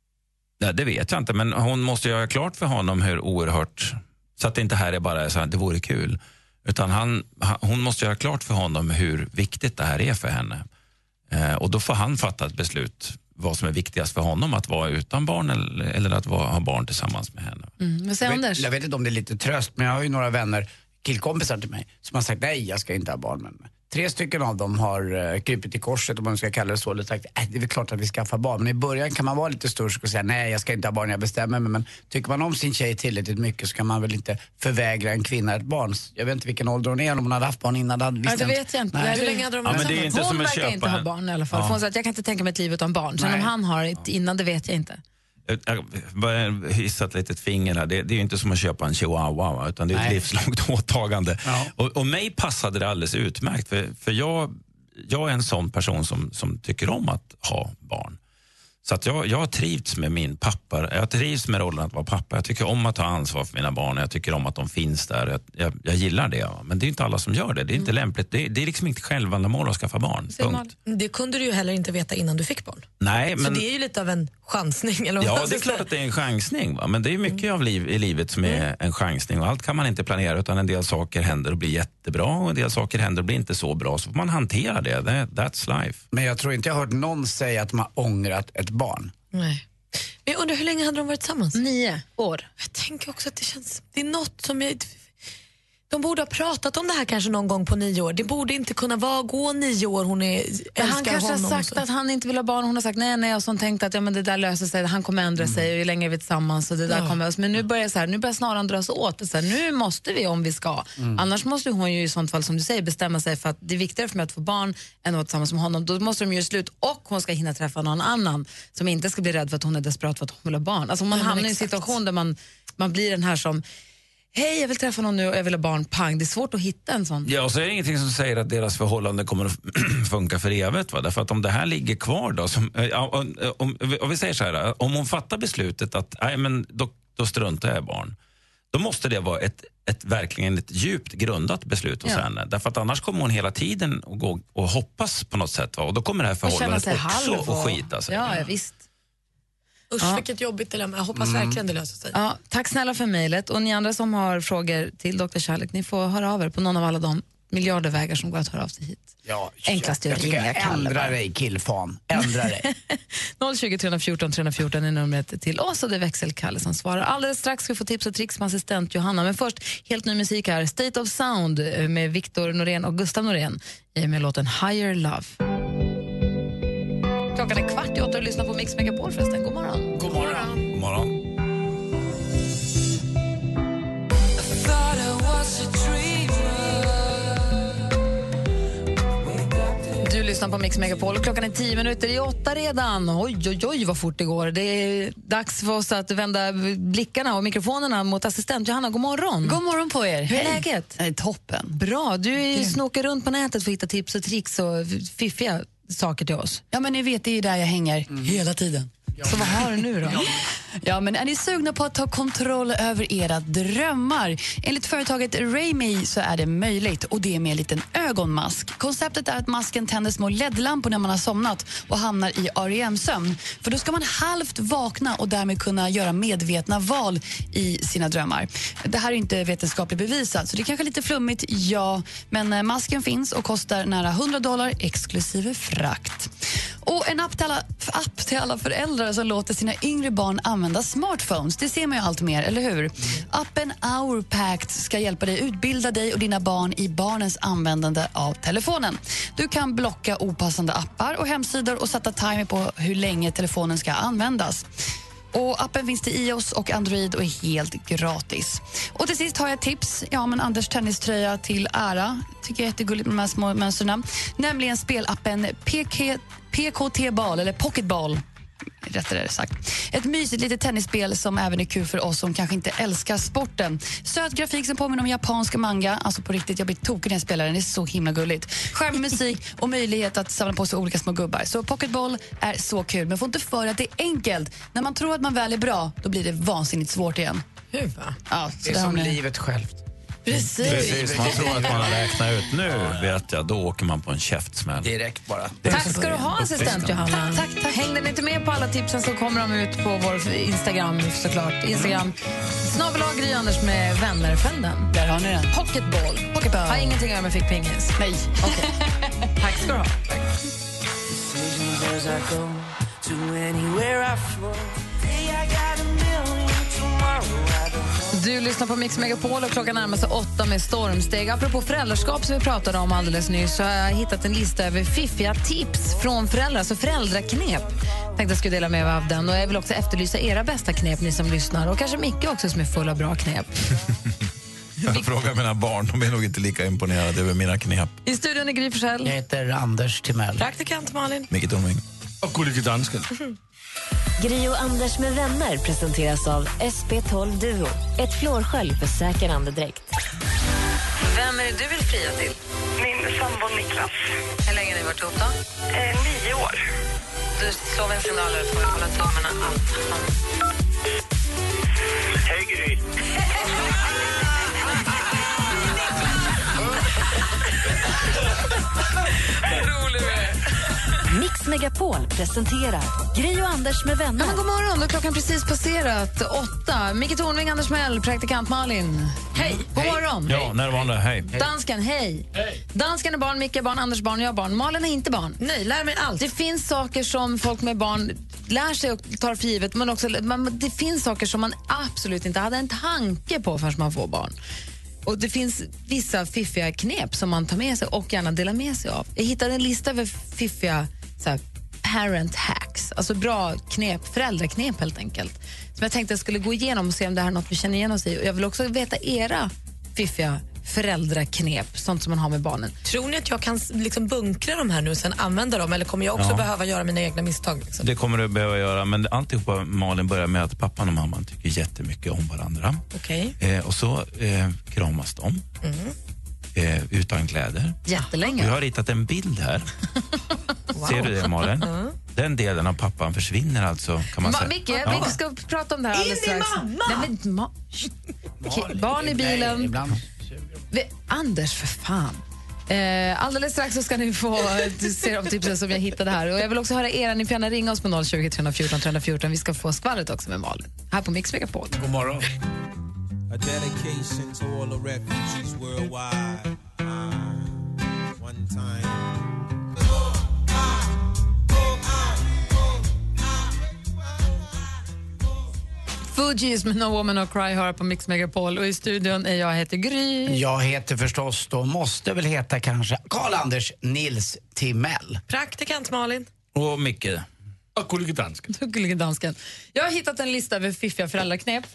Ja, det vet jag inte, men hon måste göra klart för honom hur oerhört, så att det inte här är bara så här, det vore kul, utan hon måste göra klart för honom hur viktigt det här är för henne. Och då får han fatta ett beslut vad som är viktigast för honom, att vara utan barn eller att ha barn tillsammans med henne. Vad säger Anders? Jag vet inte om det är lite tröst, men jag har ju några vänner, killkompisar till mig, som har sagt nej, jag ska inte ha barn. Men 3 stycken av dem har krypit i korset, om man ska kalla det så, och sagt det är väl klart att vi ska få barn. Men i början kan man vara lite stursk och säga nej, jag ska inte ha barn, jag bestämmer mig. Men tycker man om sin tjej tillräckligt mycket så kan man väl inte förvägra en kvinna ett barn. Jag vet inte vilken ålder hon är, om hon hade haft barn innan. Det vet jag inte. Hur länge hade de men det är inte hon som att verkar köpa inte ha barn i alla fall. Hon säger att jag kan inte tänka mig ett liv utan barn. Sen om han har ett innan, det vet jag inte. Jag har hissat ett litet finger här. Det är ju inte som att köpa en chihuahua, utan det är ett livslångt åtagande. Ja. Och mig passade det alldeles utmärkt, för jag är en sån person som tycker om att ha barn. Så att jag har trivts med min pappa. Jag trivs med rollen att vara pappa. Jag tycker om att ta ansvar för mina barn. Jag tycker om att de finns där. Jag gillar det. Men det är inte alla som gör det. Det är inte lämpligt. Det är liksom inte självändamål att skaffa barn. Punkt. Det kunde du ju heller inte veta innan du fick barn. Nej, men... Så det är ju lite av en chansning. Eller ja, det är klart att det är en chansning. Va? Men det är mycket av i livet som är en chansning. Och allt kan man inte planera, utan en del saker händer och blir jättebra. Och en del saker händer och blir inte så bra. Så får man hantera det. That's life. Men jag tror inte jag har hört någon säga att man ångrat ett barn. Nej. Men jag undrar, hur länge hade de varit tillsammans? 9 år. Jag tänker också att det är något som de borde ha pratat om det här kanske någon gång på 9 år. Det borde inte kunna gå 9 år. Hon älskar han kanske har sagt att han inte vill ha barn. Hon har sagt nej och så tänkt att men det där löser sig. Han kommer ändra sig och ju längre vi är tillsammans och det där kommer. Men nu börjar snaran dras åt. Så här, nu måste vi om vi ska. Annars måste hon ju i sånt fall, som du säger, bestämma sig för att det är viktigare för mig att få barn än att vara tillsammans med honom. Då måste de göra slut och hon ska hinna träffa någon annan som inte ska bli rädd för att hon är desperat för att hon vill ha barn. Alltså man hamnar i en situation där man blir den här som hej, jag vill träffa någon nu och jag vill ha barn, pang. Det är svårt att hitta en sån. Ja, och så är det ingenting som säger att deras förhållande kommer att funka för evigt. Va? Därför att om det här ligger kvar då, om vi säger så här, om hon fattar beslutet att nej, men då struntar jag i barn. Då måste det vara verkligen ett djupt grundat beslut hos henne. Därför att annars kommer hon hela tiden att gå och hoppas på något sätt. Va? Och då kommer det här förhållandet också att skita sig. Ja, visst. Usch, vilket jobbigt dilemma. Jag hoppas verkligen det löser sig. Ja, tack snälla för mejlet. Och ni andra som har frågor till Dr. Kärlek, ni får höra av er på någon av alla de miljarder vägar som går att höra av sig hit. Ja, enklast är att ringa. Ändra dig, killfan. Ändra dig. 020 314 314 är numret till oss och det är växelkalle som svarar. Alldeles strax ska vi få tips och tricks med assistent Johanna. Men först, helt ny musik här. State of Sound med Victor Norén och Gustav Norén med låten Higher Love. Klockan är 7:15 och lyssnar på Mix Megapol förresten. God morgon. God morgon. God morgon. Du lyssnar på Mix Megapol. Klockan är 10:10 redan. Oj, vad fort det går. Det är dags för oss att vända blickarna och mikrofonerna mot assistent Johanna. God morgon. God morgon på er. Hur är läget? Toppen. Bra. Du snokar runt på nätet för att hitta tips och tricks och fiffiga saker till oss. Ja, men ni vet, det är där jag hänger hela tiden. Så vad har du nu då? Ja, men är ni sugna på att ta kontroll över era drömmar? Enligt företaget Rayme så är det möjligt, och det är med en liten ögonmask. Konceptet är att masken tänder små LED-lampor när man har somnat och hamnar i REM-sömn. För då ska man halvt vakna och därmed kunna göra medvetna val i sina drömmar. Det här är inte vetenskapligt bevisat, så det är kanske lite flummigt, ja. Men masken finns och kostar nära $100 exklusive frakt. Och en app till alla föräldrar som låter sina yngre barn använda använda smartphones. Det ser man ju allt mer, eller hur? Appen Hourpact ska hjälpa dig utbilda dig och dina barn i barnens användande av telefonen. Du kan blocka opassande appar och hemsidor och sätta timer på hur länge telefonen ska användas. Och appen finns till iOS och Android och är helt gratis. Och till sist har jag ett tips. Ja, men Anders tenniströja till ära. Tycker jag är jättegulligt med de här små mönsterna. Nämligen spelappen PKT-ball eller Pocketball. Rättare sagt. Ett mysigt litet tennisspel som även är kul för oss som kanske inte älskar sporten. Söt grafik som påminner om japanska manga. Alltså på riktigt, jag blir tokig när jag spelar den. Det är så himla gulligt. Skärmig musik och möjlighet att samla på sig olika små gubbar. Så Pocketball är så kul. Men får inte för att det är enkelt. När man tror att man väl är bra, då blir det vansinnigt svårt igen. Hur va? Ja, det är som livet självt. Precis, man tror att man har räknat ut nu, vet jag, då åker man på en käftsmäll. Direkt bara. Tack ska du ha, assistent Johanna. Tack. Hängde ni inte med på alla tipsen så kommer de ut på vår Instagram såklart. Instagram /Gry Anders med vännerfrände. Där har ni den. Pocketball. Har ingenting att göra med fick pingis. Nej. Okej. Tack ska du ha. Du lyssnar på Mix Megapol och klockan närmar sig 8 med stormsteg. Apropå föräldraskap som vi pratade om alldeles nyss så har jag hittat en lista över fiffiga tips från föräldrar, alltså föräldraknep. Tänkte jag skulle dela med mig av den och jag vill också efterlysa era bästa knep, ni som lyssnar. Och kanske Micke också som är full av bra knep. Jag frågar mina barn, de är nog inte lika imponerade över mina knep. I studion är Gry Forssell. Jag heter Anders Timell. Praktikant Malin. Micke Tornving. Och Gullige Dansken. Gry och Anders med vänner presenteras av SP12 Duo. Ett flårskölj för säker andedräkt. Vem är det du vill fria till? Min sambo Niklas. Hur länge har ni varit ihop då? 9 år. Du slår en signal för att hålla tummarna allt. Hej Gry. Rolig Mix Megapol presenterar Gry och Anders med vänner. Ja, men god morgon, då klockan precis passerat 8. Micke Tornving, Anders Mell, praktikant Malin. Hej. God morgon. Ja, närvarande, hej. Dansken, hej. Dansken är barn, Micke är barn, Anders barn, jag är barn. Malin är inte barn. Nej, lär mig allt. Det finns saker som folk med barn lär sig och tar för givet, men också det finns saker som man absolut inte hade en tanke på förrän man får barn. Och det finns vissa fiffiga knep som man tar med sig och gärna delar med sig av. Jag hittade en lista över fiffiga parent hacks, alltså bra knep, föräldraknep helt enkelt. Som jag tänkte jag skulle gå igenom och se om det här är något vi känner igen oss i. Och jag vill också veta era fiffiga föräldraknep, sånt som man har med barnen. Tror ni att jag kan liksom bunkra de här nu och sen använda dem, eller kommer jag också behöva göra mina egna misstag? Liksom? Det kommer du behöva göra, men alltihopa, Malin, börjar med att pappan och mamman tycker jättemycket om varandra. Okej. Och så kramas de. Utan kläder. Jättelänge. Jag har ritat en bild här. Wow. Ser du det, Malin? Den delen av pappan försvinner alltså, kan man säga. Micke, vi ska prata om det här alldeles strax. Nej, men barn i bilen. Anders, för fan. Alldeles strax så ska ni få se de tipsen som jag hittade här. Och jag vill också höra er, ni får gärna ringa oss på 020 314 314. Vi ska få skvallret också med Malin. Här på Mix Megapol. God morgon. A dedication to all the refugees worldwide. One time. Fugees med No Woman No Cry hör på Mix Megapol och i studion är jag heter Gry. Jag heter förstås, då måste väl heta kanske Karl-Anders Nils Timell. Praktikant Malin. Och Micke. Och Gullige Dansken. Gullige Dansken. Jag har hittat en lista över fiffiga föräldraknep.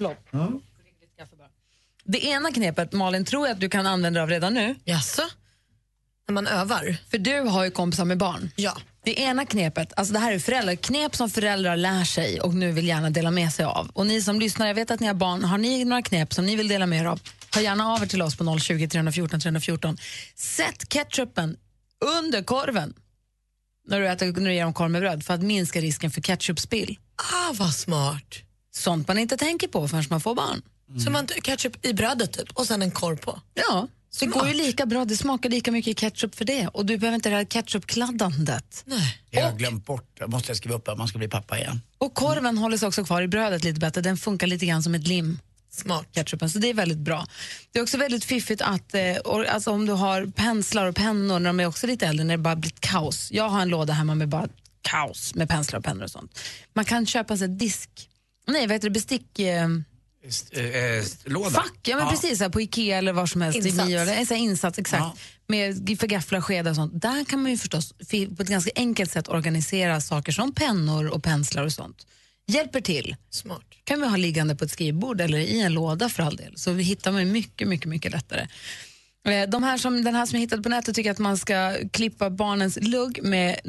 Det ena knepet, Malin, tror jag att du kan använda av redan nu. Jaså? När man övar? För du har ju kompisar med barn. Ja. Det ena knepet, alltså det här är föräldraknep som föräldrar lär sig och nu vill gärna dela med sig av. Och ni som lyssnar, jag vet att ni har barn, har ni några knep som ni vill dela med er av? Hör gärna av er till oss på 020 314 314. Sätt ketchupen under korven när du ger dem korv med bröd för att minska risken för ketchupspill. Vad smart. Sånt man inte tänker på förrän man får barn. Så man ketchup i brödet typ och sen en korv på? Ja. Så det går ju lika bra, det smakar lika mycket ketchup för det. Och du behöver inte det här ketchupkladdandet. Nej. Jag har glömt bort, jag måste skriva upp att man ska bli pappa igen. Och korven håller sig också kvar i brödet lite bättre. Den funkar lite grann som ett lim. Smart. Ketchupen, så det är väldigt bra. Det är också väldigt fiffigt att, alltså om du har penslar och pennor när de är också lite äldre, när det bara blir kaos. Jag har en låda hemma med bara kaos med penslar och pennor och sånt. Man kan köpa sig Nej, vad heter det? Bestick... låda. Fack, ja men precis, här, på Ikea eller var som helst. Insats. Insats, exakt. Ja. Med för gafflar, skedar och sånt. Där kan man ju förstås på ett ganska enkelt sätt organisera saker som pennor och penslar och sånt. Hjälper till. Smart. Kan vi ha liggande på ett skrivbord eller i en låda för all del. Så vi hittar man mycket lättare. Den här som jag hittade på nätet tycker att man ska klippa barnens lugg med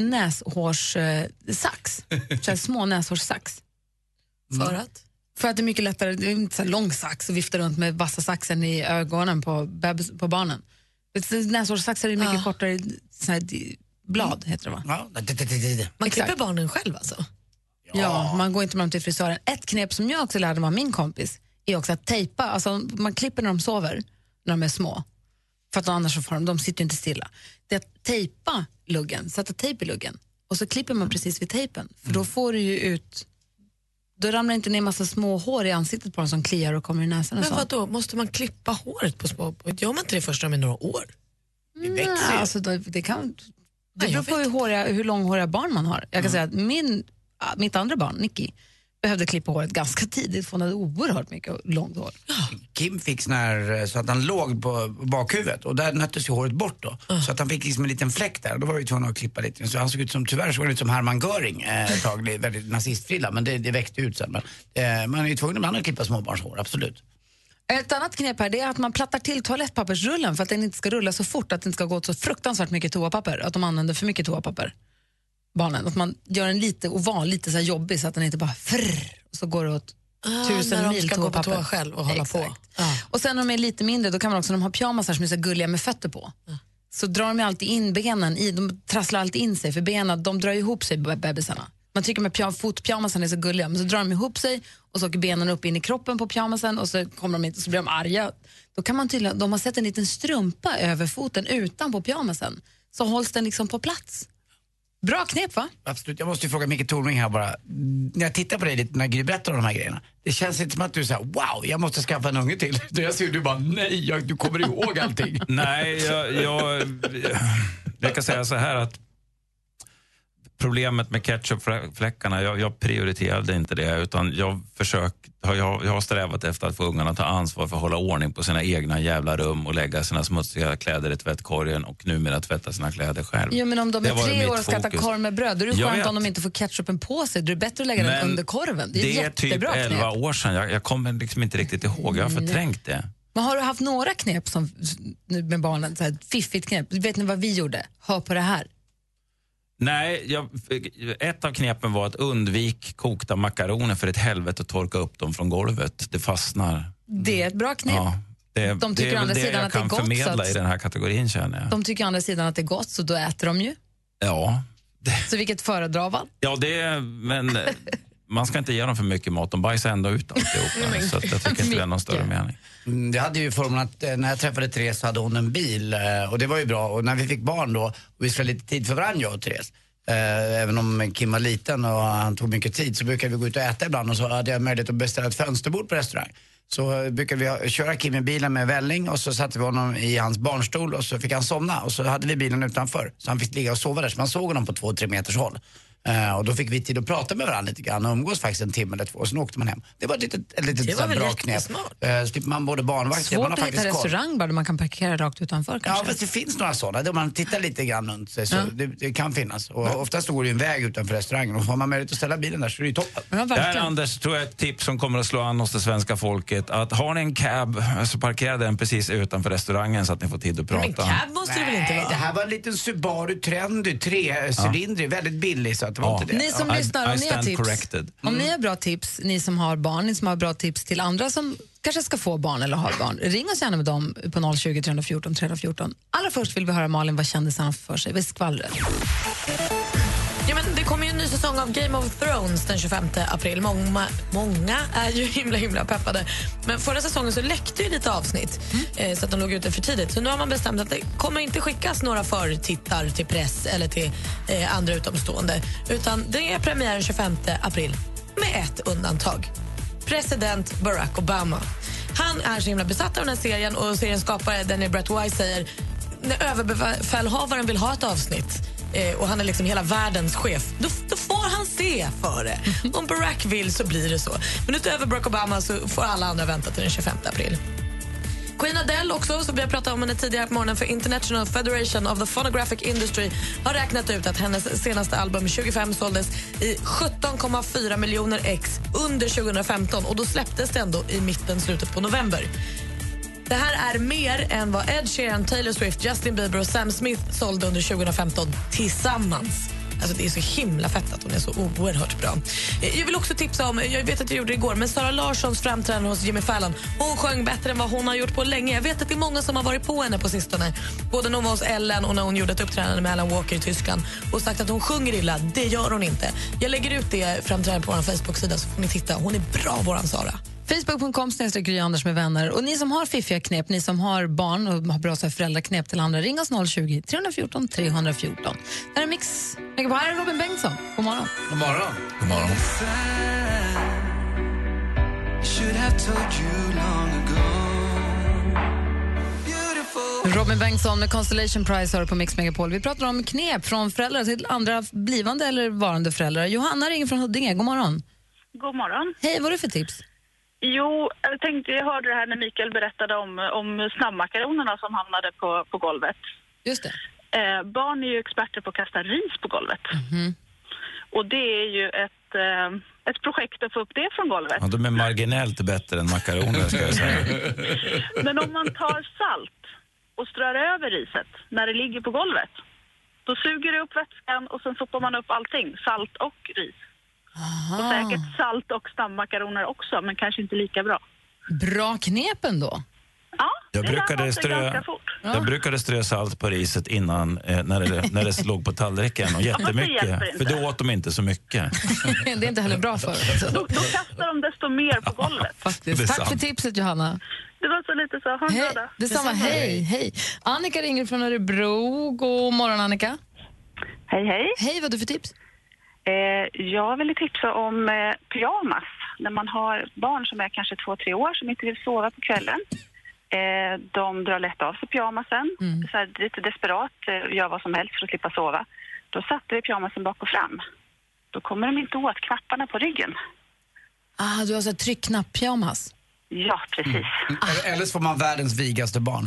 näshårssax. Så här små näshårssax. För att? För att det är mycket lättare, det är inte så lång sax och vifta runt med vassa saxen i ögonen på barnen. Näshårssaxar är mycket kortare så här, blad, heter det va? Ja. Man klipper barnen själv alltså? Ja, man går inte med dem till frisören. Ett knep som jag också lärde mig av min kompis är också att tejpa, alltså man klipper när de sover, när de är små. För att annars så får de sitter inte stilla. Det är att tejpa luggen, sätta tejp i luggen. Och så klipper man precis vid tejpen. För då får du ju ut... Då ramlar inte ner massa små hår i ansiktet på dem som kliar och kommer i näsan och men vad då? Måste man klippa håret på små? Gör man inte det först när de är några år? Det växer ju. Alltså det beror på hur långhåriga barn man har. Jag kan säga att mitt andra barn, Nicky, behövde klippa håret ganska tidigt för hon hade oerhört mycket långt hår. Kim fick så att han låg på bakhuvudet och där nöttes ju håret bort då. Så att han fick liksom en liten fläck där och då var det ju tvungen att klippa lite. Så han såg ut som, tyvärr såg han ut som Hermann Göring ett tag, väldigt nazistfrilla, men det växte ut sen. Men man är ju tvungen ibland att klippa småbarnshår, absolut. Ett annat knep här det är att man plattar till toalettpappersrullen för att den inte ska rulla så fort, att den ska gå åt så fruktansvärt mycket toapapper, att de använder för mycket toapapper. Barnen, att man gör en lite oval, lite så här jobbig så att den inte bara och så går det åt 1000 mil toapapper. Gå på toa själv och hålla på. Och sen när de är lite mindre, då kan man också, de har pyjamasar som är så gulliga med fötter på. Så drar de alltid in benen de trasslar alltid in sig för benen, de drar ihop sig bebisarna. Man tycker med fotpyjamasen är så gulliga, men så drar de ihop sig och så åker benen upp in i kroppen på pyjamasen och så kommer de inte och så blir de arga. Då kan man tydligen, de har sett en liten strumpa över foten utanpå pyjamasen, så hålls den liksom på plats. Bra knep, va? Absolut. Jag måste ju fråga Micke Tornving här bara. När jag tittar på dig lite när Gry berättar om de här grejerna, det känns inte som att du säger wow, jag måste skaffa en unge till. Då jag ser du bara, nej, du kommer ihåg allting. Nej, jag kan säga så här att problemet med ketchupfläckarna, jag prioriterade inte det, utan jag har strävat efter att få ungarna att ta ansvar för att hålla ordning på sina egna jävla rum och lägga sina smutsiga kläder i tvättkorgen och numera tvätta sina kläder själv. Ja, men om de är 3 år och ska äta korv med bröd, då är det skönt om de inte får ketchupen på sig. Det är bättre att lägga den under korven. Det är typ 11 år sedan. Jag kommer liksom inte riktigt ihåg. Jag har förträngt det. Men har du haft några knep som, med barnen, så här, fiffigt knep? Vet ni vad vi gjorde? Hör på det här. Nej, ett av knepen var att undvik kokta makaroner för ett helvete och torka upp dem från golvet. Det fastnar. Det är ett bra knep. Ja, de tycker det är det jag kan förmedla i den här kategorin, känner jag. De tycker å andra sidan att det är gott, så då äter de ju. Ja. Så vilket föredrar man? Ja, men man ska inte ge dem för mycket mat. De bajsar ändå ut alltihop. Så jag tycker inte det är någon större mening. Det hade ju formen att när jag träffade Therese hade hon en bil och det var ju bra. Och när vi fick barn då, och vi skulle ha lite tid för varandra, jag och Therese. Även om Kim var liten och han tog mycket tid, så brukade vi gå ut och äta ibland. Och så hade jag möjlighet att beställa ett fönsterbord på restaurang. Så brukade vi köra Kim i bilen med välling och så satte vi honom i hans barnstol och så fick han somna. Och så hade vi bilen utanför, så han fick ligga och sova där. Så man såg honom på 2-3 meters håll. Och då fick vi tid att prata med varandra lite grann och umgås faktiskt 1 timme eller 2 och sen åkte man hem. Det var ett litet så bra knep. Så slipper man både barnvakt. Svårt man att hitta restaurang bara där man kan parkera rakt utanför kanske. Ja, fast det finns några sådana. Där man tittar lite grann runt sig, så det kan finnas. Och oftast går det en väg utanför restaurangen och får man möjlighet att ställa bilen där så är det ju toppen. Ja, det här, Anders, tror jag är ett tips som kommer att slå an hos det svenska folket. Att har ni en cab så parkera den precis utanför restaurangen så att ni får tid att prata. Men cab måste det väl inte vara? Det här var en liten Subaru Trendy 3-cylindrig, väldigt billig, så att det var inte det. Ni som lyssnar, om ni har bra tips, ni som har barn, ni som har bra tips till andra som kanske ska få barn eller har barn, ring oss gärna med dem på 020 314 314. Allra först vill vi höra, Malin, vad kändisarna för sig? Vad är skvallret? Ja, men det kommer ju en ny säsong av Game of Thrones den 25 april. Många är ju himla peppade. Men förra säsongen så läckte ju lite avsnitt så att de låg ute för tidigt. Så nu har man bestämt att det kommer inte skickas några förtittar till press eller till andra utomstående. Utan det är premiär 25 april med ett undantag. President Barack Obama. Han är så himla besatt av den här serien och seriens skapare Daniel Brett Weiss säger när överbefälhavaren vill ha ett avsnitt och han är liksom hela världens chef, då får han se för det. Om Barack vill så blir det så. Men utöver Barack Obama så får alla andra vänta till den 25 april. Queen Adele också, som vi har pratat om henne tidigare på morgonen, för International Federation of the Phonographic Industry har räknat ut att hennes senaste album 25 såldes i 17,4 miljoner ex under 2015, och då släpptes det ändå i slutet på november. Det här är mer än vad Ed Sheeran, Taylor Swift, Justin Bieber och Sam Smith sålde under 2015 tillsammans. Alltså det är så himla fett att hon är så oerhört bra. Jag vill också tipsa om, jag vet att jag gjorde det igår, men Sara Larssons framträdande hos Jimmy Fallon. Hon sjöng bättre än vad hon har gjort på länge. Jag vet att det är många som har varit på henne på sistone. Både när hon var hos Ellen och när hon gjorde ett uppträdande med Alan Walker i Tyskland och sagt att hon sjunger illa. Det gör hon inte. Jag lägger ut det framträdande på vår Facebook-sida så får ni titta. Hon är bra, våran Sara. Facebook.com/Gry Anders med vänner. Och ni som har fiffiga knep, ni som har barn och har bra föräldraknep till andra, ring oss 020-314 314. Det här är Mix. Här är Robin Bengtsson. God morgon. God morgon. God morgon. Robin Bengtsson med Constellation Prize har på Mix Megapol. Vi pratar om knep från föräldrar till andra blivande eller varande föräldrar. Johanna ringer från Huddinge. God morgon. God morgon. Hej, vad är det för tips? Jo, jag hörde det här när Mikael berättade om snabbmakaronerna som hamnade på golvet. Just det. Barn är ju experter på att kasta ris på golvet. Mm-hmm. Och det är ju ett projekt att få upp det från golvet. Ja, de är marginellt bättre än makaroner, ska jag säga. Men om man tar salt och strör över riset när det ligger på golvet, då suger det upp vätskan och sen sopar man upp allting, salt och ris. Aha. Och säkert salt och snabbmakaroner också, men kanske inte lika bra. Bra knep ändå. Ja, Jag brukade strö salt på riset innan när det låg på tallriken och jättemycket. För då åt de inte så mycket. Det är inte heller bra för. Då kastar de desto mer på golvet. Faktiskt. Tack för tipset, Johanna. Det var så lite så. Ha en bra dag. Detsamma. Hej. Annika ringer från Örebro. God morgon, Annika. Hej. Hej, vad har du för tips? Jag vill tipsa om pyjamas. När man har barn som är kanske 2-3 år som inte vill sova på kvällen. De drar lätt av sig pyjamasen. Så här, lite desperat, gör vad som helst för att slippa sova. Då satte vi pyjamasen bak och fram. Då kommer de inte åt knapparna på ryggen. Du har så tryckknapp-pyjamas. Ja, precis. Eller så får man världens vigaste barn.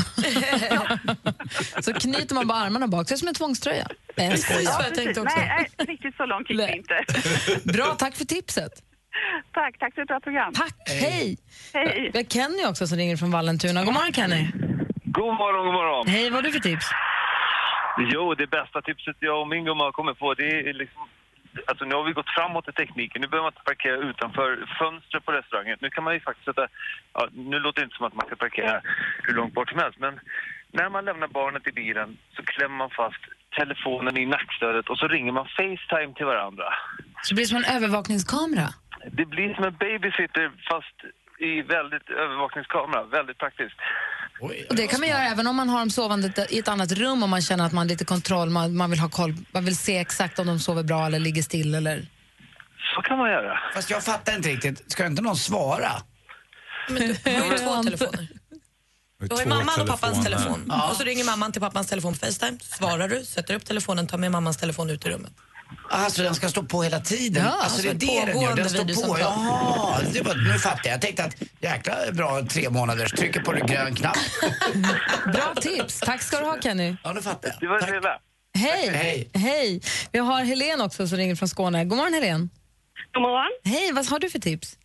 Så knyter man bara armarna bak. Det är som en tvångströja. Nej, jag tänkte också. Nej, riktigt så långt gick det inte. Bra, tack för tipset. Tack för ett bra program. Tack, hej. Hej. Vi har Kenny också som ringer från Vallentuna. God morgon, Kenny. God morgon. Hej, vad har du för tips? Jo, det bästa tipset jag och min gumma har kommit på, det är liksom, alltså nu har vi gått framåt i tekniken. Nu behöver man inte parkera utanför fönstret på restaurangen. Nu kan man ju faktiskt sätta, nu låter det inte som att man ska parkera hur långt bort som helst, men när man lämnar barnet i bilen så klämmer man fast telefonen i nackstödet och så ringer man FaceTime till varandra. Så det blir som en övervakningskamera? Det blir som en babysitter fast i väldigt övervakningskamera. Väldigt praktiskt. Och det kan man göra även om man har dem sovande i ett annat rum och man känner att man har lite kontroll, man vill ha koll, man vill se exakt om de sover bra eller ligger still eller... Så kan man göra. Fast jag fattar inte riktigt. Ska inte någon svara? Men du har ju 2 telefoner. Du har ju mamman och pappans telefon. Ja. Och så ringer mamman till pappans telefon på FaceTime. Svarar du, sätter upp telefonen, tar med mammans telefon ut i rummet. Alltså den ska stå på hela tiden? Ja, alltså det är det den gör, den står på. Jaha, nu fattar jag. Jag tänkte att jäkla bra 3 månader, trycker på en grön knapp. Bra tips, tack ska du ha, Kenny. Ja, nu fattar jag. Det var det hela. Hej. Vi har Helen också som ringer från Skåne. God morgon, Helen. God morgon. Hej, vad har du för tips?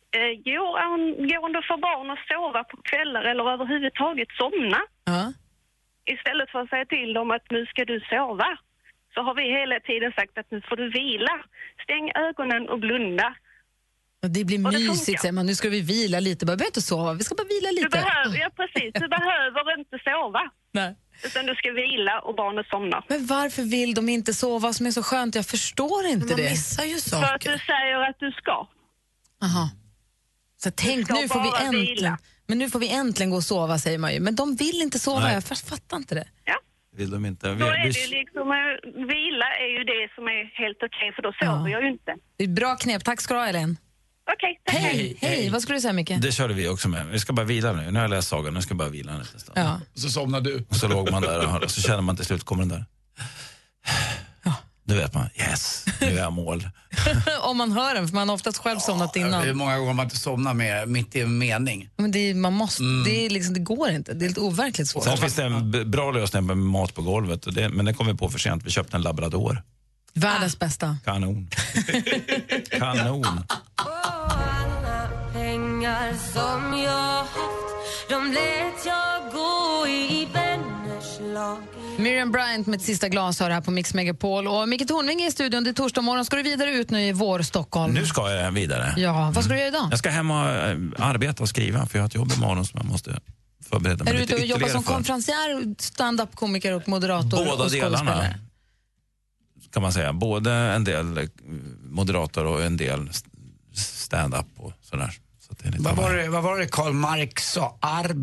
Gående för barn att sova på kvällar eller överhuvudtaget somna. Ja. Istället för att säga till dem att nu ska du sova, så har vi hela tiden sagt att nu får du vila. Stäng ögonen och blunda. Och det blir mysigt, säger man. Nu ska vi vila lite. Behöver inte sova, vi ska bara vila lite. Precis, du behöver inte sova. Nej. Utan du ska vila och barnet somnar. Men varför vill de inte sova som är så skönt? Jag förstår inte det. Man missar ju saker. För att du säger att du ska. Aha. Så tänk, nu får vi äntligen... Vila. Men nu får vi äntligen gå och sova, säger man ju. Men de vill inte sova, Nej. Jag fattar inte det. Ja. Vill de inte? Då är det liksom, vila är ju det som är helt okej, för då sover jag ju inte. Det är bra knep, tack ska du ha, Ellen. Okej, tack. Hej, vad skulle du säga, Micke? Det körde vi också med. Vi ska bara vila nu. Nu har jag läst sagan, nu ska jag bara vila en liten stund. Ja. Så somnar du. Och så låg man där och så känner man till slut, kommer den där. Då vet man, yes, nu är jag mål. Om man hör den, för man har oftast själv somnat innan. Hur många gånger man inte somnar med mitt i en mening. Men det går inte. Det är lite overkligt svårt. Sen finns det en bra lösning med mat på golvet. Men det kom vi på för sent. Vi köpte en labrador. Världens bästa. Kanon. Kanon. Alla pengar som jag haft, de lät jag gå i vänners lag. Miriam Bryant med ett sista glas här på Mix Megapol. Och Micke Tornving är i studion, det är torsdag morgon. Ska du vidare ut nu i vår Stockholm? Nu ska jag vidare. Ja, vad ska du göra idag? Jag ska hem och arbeta och skriva, för jag har ett jobb imorgon som jag måste förbereda mig lite. Är du ute och jobbar som konferencier, stand-up-komiker och moderator? Båda och delarna, kan man säga. Både en del moderator och en del stand-up och sådär. Så det är lite vad var det Karl Marx sa?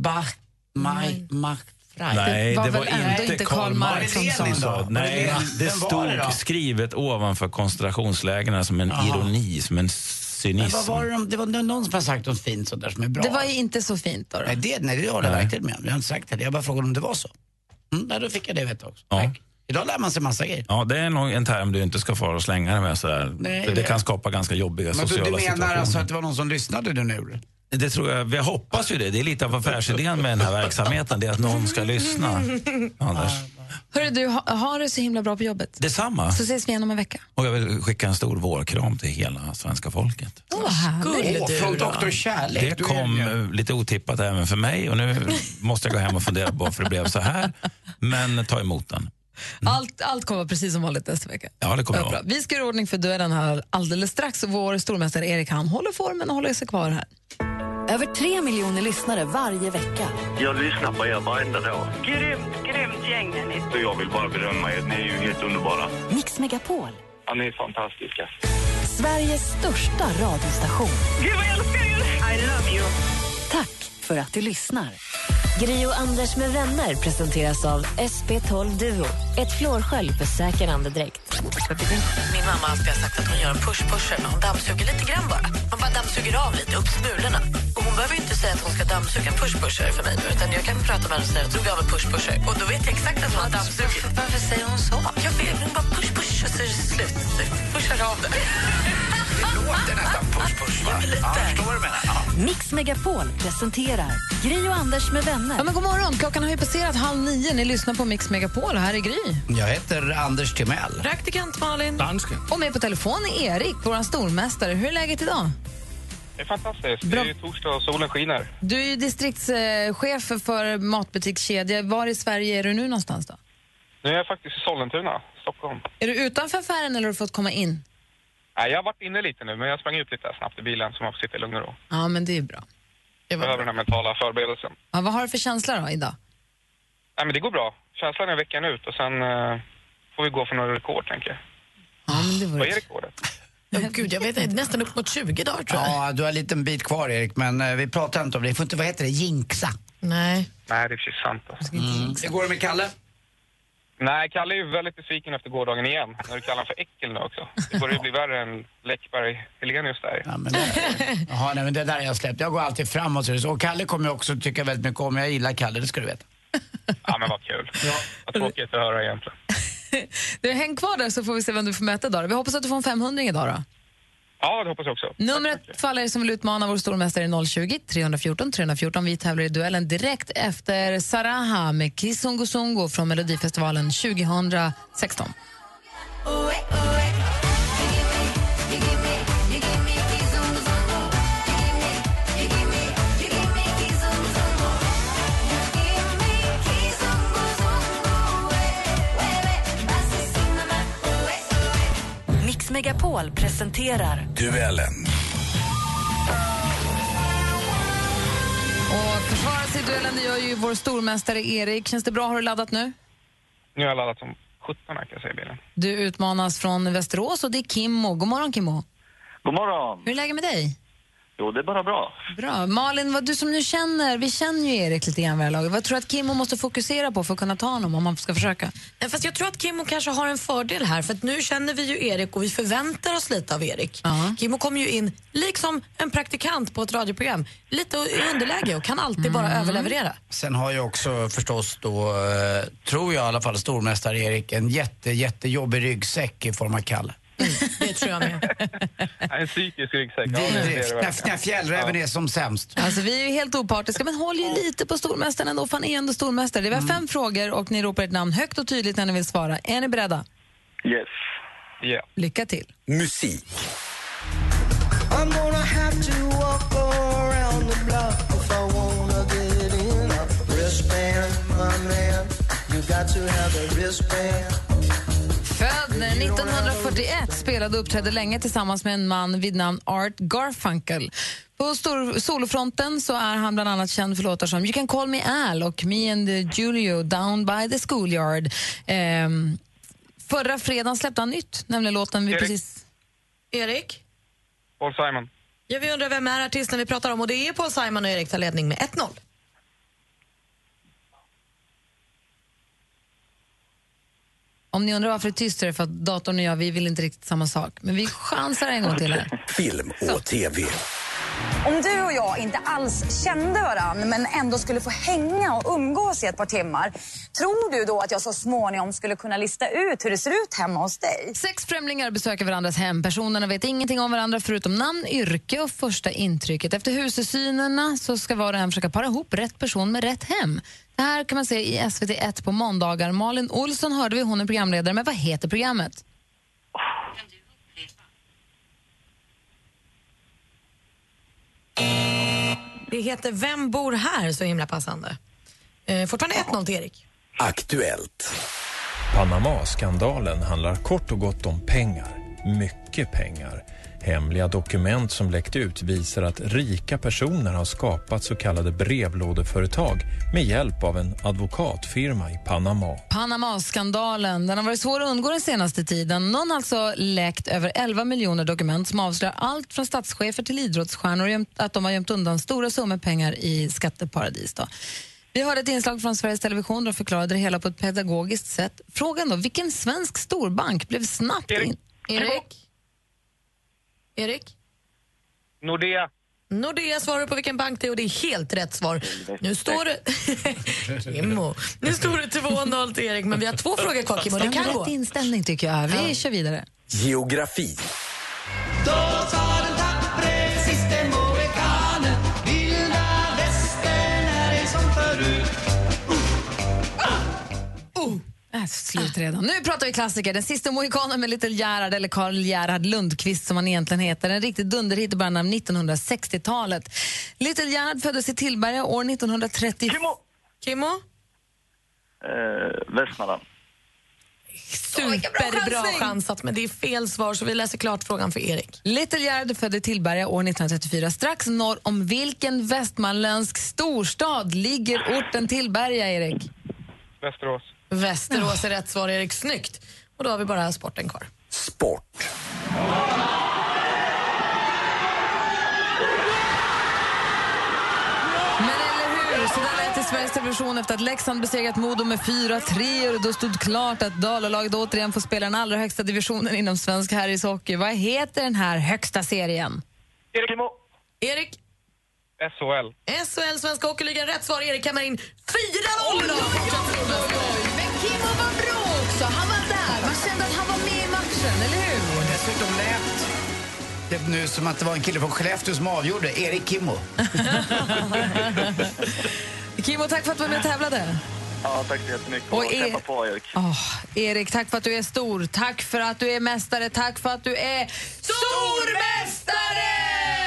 Nej, det var inte Karl Marx som sa så. Nej, det stod skrivet ovanför koncentrationslägren som en ironi, som en cynism. Men vad var det var någon som har sagt något fint sånt där som är bra. Det var ju inte så fint då. Nej, det var det verkligen med. Jag har inte sagt det. Jag bara frågade om det var så. Då fick jag det veta också. Ja. Idag lär man sig massa grejer. Ja, det är nog en term du inte ska fara och slänga med sådär. Det kan skapa ganska jobbiga sociala situationer. Men du menar alltså att det var någon som lyssnade nu? Det tror jag, vi hoppas ju det. Det är lite av affärsidén med den här verksamheten, det är att någon ska lyssna. Anders. Hörru du, har det så himla bra på jobbet. Detsamma. Så ses vi igen om en vecka. Och jag vill skicka en stor vårkram till hela svenska folket. Från Dr. Kärlek. Det kom lite otippat även för mig, och nu måste jag gå hem och fundera på varför det blev så här. Men ta emot den. Allt kommer precis som vanligt nästa vecka. Ja, det kommer bra. Vi ska göra ordning för duellen här alldeles strax. Vår stormästare Erik, han håller formen och håller sig kvar här. Över 3 miljoner lyssnare varje vecka. Jag lyssnar på er varenda dag. Grymt gäng är ni. Så jag vill bara berömma er. Ni är ju helt underbara. Mix Megapol. Ja, ni är fantastiska. Sveriges största radiostation. Gud vad jag älskar er! I love you. Tack för att du lyssnar. Gri och Anders med vänner presenteras av SP12 Duo. Ett flårskölj för säker andedräkt. Min mamma alltid har sagt att hon gör en push-pusher när hon dammsuger lite grann bara. Man bara dammsuger av lite, upp smulorna. Och hon behöver ju inte säga att hon ska dammsuga en push-pusher för mig nu, utan jag kan prata med henne och säga att jag drog av en push-pusher. Och då vet jag exakt att hon har dammsugit. Varför säger hon så? Jag vet, hon bara push-push och så är det slut. Pushar av det. Det låter nästan push-push, va? Ja, förstår vad du menar. Ja. Mix Megapol presenterar Gri och Anders med vänner. Ja, men god morgon, klockan har ju passerat 8:30. Ni lyssnar på Mix Megapol, här är Gry. Jag heter Anders Timell. Praktikant Malin. Dansken. Och med på telefon är Erik, vår stormästare. Hur är läget idag? Det är fantastiskt. Bra. Det är torsdag och solen skiner. Du är ju distriktschef för matbutikskedja. Var i Sverige är du nu någonstans då? Nu är jag faktiskt i Sollentuna, Stockholm. Är du utanför affären eller har du fått komma in? Nej, jag har varit inne lite nu, men jag sprang ut lite snabbt i bilen så man får sitta i lugn och ro. Ja, men det är bra. Jag behöver den här mentala förberedelsen. Ja, vad har du för känsla då idag? Nej, men det går bra. Känslan är veckan ut och sen får vi gå för några rekord, tänker jag. Ja, men det Vad är rekordet? Gud, jag vet inte, nästan upp mot 20 dagar tror jag. Ja, du har en liten bit kvar, Erik, men vi pratar inte om det. Det får inte, vad heter det, jinxa? Nej. Nej, det är precis sant. Alltså. Det går med Kalle? Nej, Kalle är ju väldigt besviken efter gårdagen igen. När du kallar honom för äckel nu också. Det börjar ju bli värre än Läckberg Helenius där. Ja, men jaha, nej, men det där har jag släppt. Jag går alltid framåt. Och Kalle kommer jag också tycka väldigt mycket om. Jag gillar Kalle, det ska du veta. Ja, men vad kul. Ja. Vad tråkigt att höra egentligen. Du, häng kvar där så får vi se vem du får möta idag. Vi hoppas att du får en 500 idag då. Ja, det hoppas jag också. Numret för alla er som vill utmana vår stormästare är 020-314-314. Vi tävlar i duellen direkt efter Saraha med Kizunguzungu från Melodifestivalen 2016. Mix Megapol presenterar Duellen. Och försvara sig i duellen, det gör ju vår stormästare Erik. Känns det bra? Har du laddat nu? Nu har jag laddat som 17 kan jag säga i bilen. Du utmanas från Västerås och det är Kimmo. God morgon, Kimmo. God morgon. Hur är läget med dig? Jo, det är bara bra. Bra. Malin, vad du som nu känner, vi känner ju Erik lite grann vid det här laget. Vad tror du att Kimmo måste fokusera på för att kunna ta honom om man ska försöka? Fast jag tror att Kimmo kanske har en fördel här, för att nu känner vi ju Erik och vi förväntar oss lite av Erik. Kimmo kommer ju in, liksom en praktikant på ett radioprogram, lite i underläge och kan alltid bara överleverera. Sen har ju också förstås då, tror jag i alla fall, stormästare Erik en jättejobbig ryggsäck i form av Kalle. Det tror jag med. En psykisk ryggsäck. När fjällräven är som sämst. Alltså vi är ju helt opartiska, men håll ju lite på stormästaren ändå, för han är ändå stormästare. Det var 5 frågor och ni ropar ett namn högt och tydligt när ni vill svara. Är ni beredda? Yes. Yeah. Lycka till. Musik. I'm gonna have to walk around the block if I wanna get in a wristband, my man. You got to have a wristband. Född 1941, spelade och uppträdde länge tillsammans med en man vid namn Art Garfunkel. På solofronten så är han bland annat känd för låtar som You Can Call Me Al och Me and Julio Down by the Schoolyard. Förra fredagen släppte han nytt, nämligen låten vi precis... Erik? Paul Simon. Ja, vi undrar vem är artisten vi pratar om, och det är Paul Simon och Erik tar ledning med 1-0. Om ni undrar varför det är tyst är det för att datorn och jag, vi vill inte riktigt samma sak. Men vi chansar en gång till här. Film och TV. Om du och jag inte alls kände varann men ändå skulle få hänga och umgås i ett par timmar, tror du då att jag så småningom skulle kunna lista ut hur det ser ut hemma hos dig? 6 främlingar besöker varandras hem. Personerna vet ingenting om varandra förutom namn, yrke och första intrycket. Efter husesynerna så ska var och en försöka para ihop rätt person med rätt hem. Det här kan man se i SVT1 på måndagar. Malin Olsson hörde vi, hon är programledare. Men vad heter programmet? Det heter Vem bor här, så himla passande. Fortfarande 1-0 till Erik. Aktuellt. Panama-skandalen handlar kort och gott om pengar. Mycket pengar. Hemliga dokument som läckt ut visar att rika personer har skapat så kallade brevlådeföretag med hjälp av en advokatfirma i Panama. Panama-skandalen, den har varit svår att undgå den senaste tiden. Någon har alltså läckt över 11 miljoner dokument som avslöjar allt från statschefer till idrottsstjärnor att de har gömt undan stora summor pengar i skatteparadis då. Vi hörde ett inslag från Sveriges Television och förklarade det hela på ett pedagogiskt sätt. Frågan då, vilken svensk storbank blev snabbt in... Erik? Nordea svarar på vilken bank det är, och det är helt rätt svar. Nu står det... Kimmo. Nu står det 2-0 till Erik, men vi har 2 frågor kvar, Kimmo. Det kan gå. Rätt inställning tycker jag. Vi kör vidare. Geografi. Då tar den tappre siste mohikanen, vilda västern är det som förut. Slut redan. Nu pratar vi klassiker. Den sista mohikanen med Little Gerhard, eller Karl Gerhard Lundqvist som han egentligen heter. En riktigt dunderhit i början av 1960-talet. Little Gerhard föddes i Tillberga år 1930. Kimmo? Västmanland. Superbra chansat, men det är fel svar, så vi läser klart frågan för Erik. Little Gerhard föddes i Tillberga år 1934. Strax norr om vilken västmanländsk storstad ligger orten Tillberga, Erik? Västerås är rätt svar, Erik. Snyggt. Och då har vi bara sporten kvar. Sport. Men eller hur? Så där lät i Sveriges Television efter att Leksand besegrat Modo med 4-3 och då stod klart att Dalalaget återigen får spela den allra högsta divisionen inom svensk herrishockey. Vad heter den här högsta serien? Erik? SHL, Svenska Hockeyligan. Rätt svar, Erik kammar in 4-0. Men Kimmo var bra också. Han var där. Man kände att han var med i matchen, eller hur? Och dessutom lät det nu som att det var en kille från Skellefteå som avgjorde. Erik Kimmo. Kimmo, tack för att du var med och tävlade. Ja, tack så jättemycket. Och kämpa på, Erik. Erik, tack för att du är stor. Tack för att du är mästare. Tack för att du är stormästare!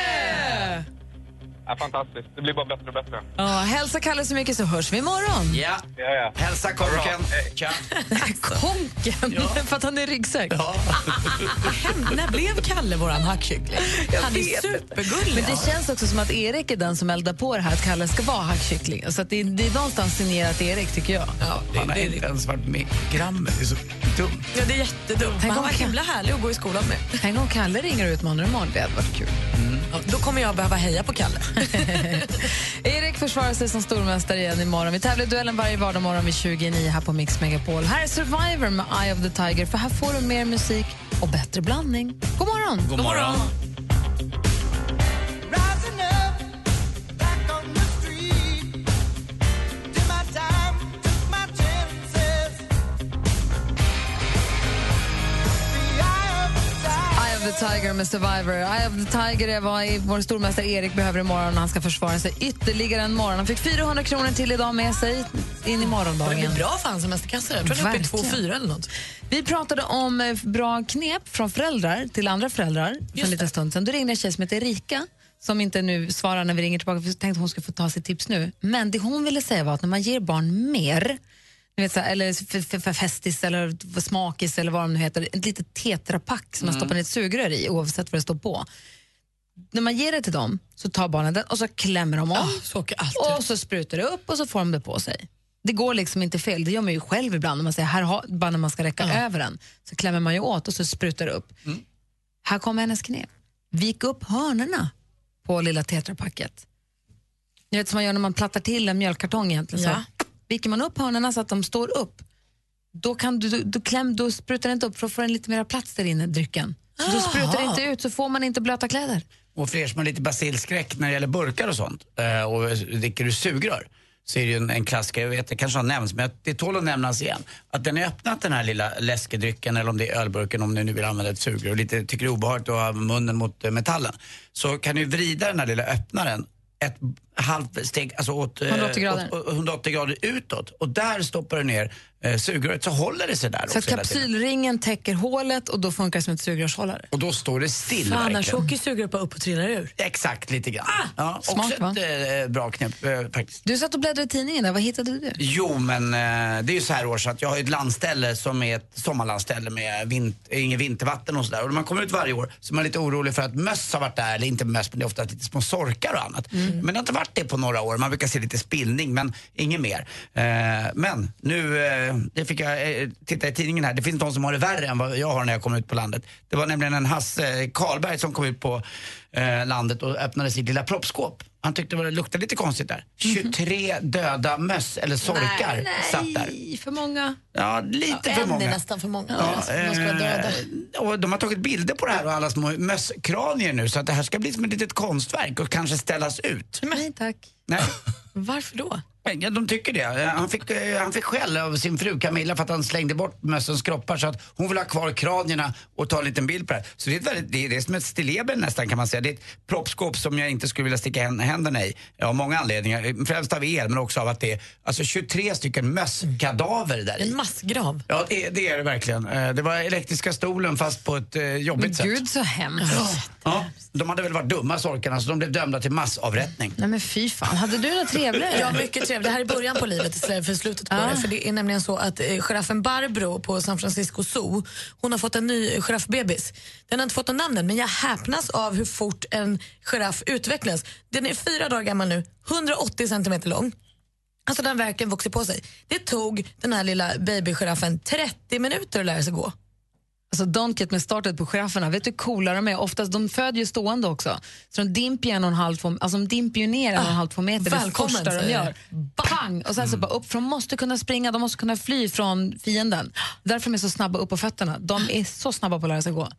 Ja, fantastiskt. Det blir bara bättre och bättre. Ja, hälsa Kalle så mycket så hörs vi imorgon. Ja. Hälsa konken. Tja. Konken? Ja. För att han är ryggsäck. Ja. När blev Kalle våran hackkyckling? Han är supergullig. Men det känns också som att Erik är den som eldar på det här att Kalle ska vara hackkyckling. Så att det är någonstans signerat Erik, tycker jag. Ja, han har inte ens varit med grammet. Det är så dumt. Ja, det är jättedumt. Han var himla härlig att gå i skolan med. En gång Kalle ringer ut med honom imorgon. Det hade varit kul. Då kommer jag behöva heja på Kalle. Erik försvarar sig som stormästare igen imorgon. Vi tävlar i duellen varje vardagsmorgon vid 29 här på Mix Megapol. Här är Survivor med Eye of the Tiger, för här får du mer musik och bättre blandning. God morgon! God morgon! The Tiger med Survivor. Eye of the Tiger är vad vår stormästare Erik behöver imorgon när han ska försvara sig ytterligare en morgon. Han fick 400 kronor till idag med sig in i morgondagen. Det blir bra för hans semesterkassa. Jag tror han är uppe i 2-4 eller något. Vi pratade om bra knep från föräldrar till andra föräldrar för en liten stund sedan. Då ringde en tjej som heter Erika som inte nu svarar när vi ringer tillbaka. För jag tänkte att hon skulle få ta sitt tips nu. Men det hon ville säga var att när man ger barn mer, ni vet, så här, eller för festis eller smakis eller vad de nu heter, ett litet tetrapack som man stoppar ner ett sugrör i oavsett vad det står på. När man ger det till dem så tar barnen den och så klämmer de om och så sprutar det upp och så får de det på sig. Det går liksom inte fel. Det gör man ju själv ibland när man säger bara när man ska räcka över den så klämmer man ju åt och så sprutar det upp. Här kommer hennes knep. Vik upp hörnerna på lilla tetrapacket. Ni vet som man gör när man plattar till en mjölkkartong egentligen så. Viker man upp hörnerna så att de står upp, då sprutar det inte upp för att få en lite mer plats där inne, drycken. Så då sprutar det inte ut, så får man inte blöta kläder. Och för er som har lite basilskräck när det gäller burkar och sånt och dricker du sugrör, så är det ju en klassiker, jag vet det kanske har nämnts, men det tål att nämnas igen. Att den är öppnat den här lilla läskedrycken eller om det är ölburken, om ni nu vill använda ett sugrör och lite tycker det är obehagligt att ha munnen mot metallen, så kan du vrida den här lilla öppnaren ett halvt steg, alltså åt 180 grader utåt, och där stoppar du ner sugröret, så håller det sig där. Så att kapsylringen täcker hålet och då funkar det som ett sugrörshållare. Och då står det still. Fan, annars åker sugröret bara upp och trillar ur. Exakt, lite grann. Ja, smart, också ett bra knep faktiskt. Du satt och bläddrade i tidningen där, vad hittade du? Jo, men det är ju så här år så att jag har ett landställe som är ett sommarlandställe med inget vintervatten och sådär. Och när man kommer ut varje år så är man lite orolig för att möss har varit där, eller inte möss, men det är ofta lite små sorkar och annat. Men det har inte varit det på några år. Man brukar se lite spillning, men inget mer. Men nu, det fick jag titta i tidningen här. Det finns de som har det värre än vad jag har när jag kom ut på landet. Det var nämligen en Hasse Karlberg som kom ut på landet och öppnade sitt lilla proppskåp. Han tyckte det luktade lite konstigt där. 23 döda möss eller sorkar satt där. Nej, för många. Ja, lite för många. En är nästan för många. De ska vara döda. Och de har tagit bilder på det här och alla små mösskranier nu, så att det här ska bli som ett litet konstverk och kanske ställas ut. Nej, tack. Nej. Varför då? Ja, de tycker det. Han fick skäll av sin fru Camilla för att han slängde bort mössens kroppar, så att hon vill ha kvar kranierna och ta en liten bild på det här. Så det är som ett stilleben nästan, kan man säga. Det är ett proppskåp som jag inte skulle vilja sticka händerna i. Av många anledningar. Främst av el, men också av att det är alltså 23 stycken mösskadaver där i. En massgrav. Ja, det är det verkligen. Det var elektriska stolen fast på ett jobbigt sätt. Gud, så hemskt. Ja, de hade väl varit dumma sorkarna, så de blev dömda till massavrättning. Nej, men fy fan. Hade du något trevligare? Ja, mycket trevligt. Det här är början på livet istället för slutet på det. För det är nämligen så att giraffen Barbro på San Francisco Zoo, hon har fått en ny giraffbebis. Den har inte fått någon namn än, men jag häpnas av hur fort en giraff utvecklas. Den är 4 dagar gammal nu, 180 centimeter lång. Alltså den verkligen vuxit på sig. Det tog den här lilla babygiraffen 30 minuter att lära sig gå. Alltså donket med startet på girafferna, vet du hur coola de är? Oftast, de föder ju stående också. Så de dimper ju de dimper ju ner 1,5-2 meter. Det första de gör. Pang! Och sen så bara upp, för de måste kunna springa, de måste kunna fly från fienden. Därför är de så snabba upp på fötterna. De är så snabba på att lära sig gå.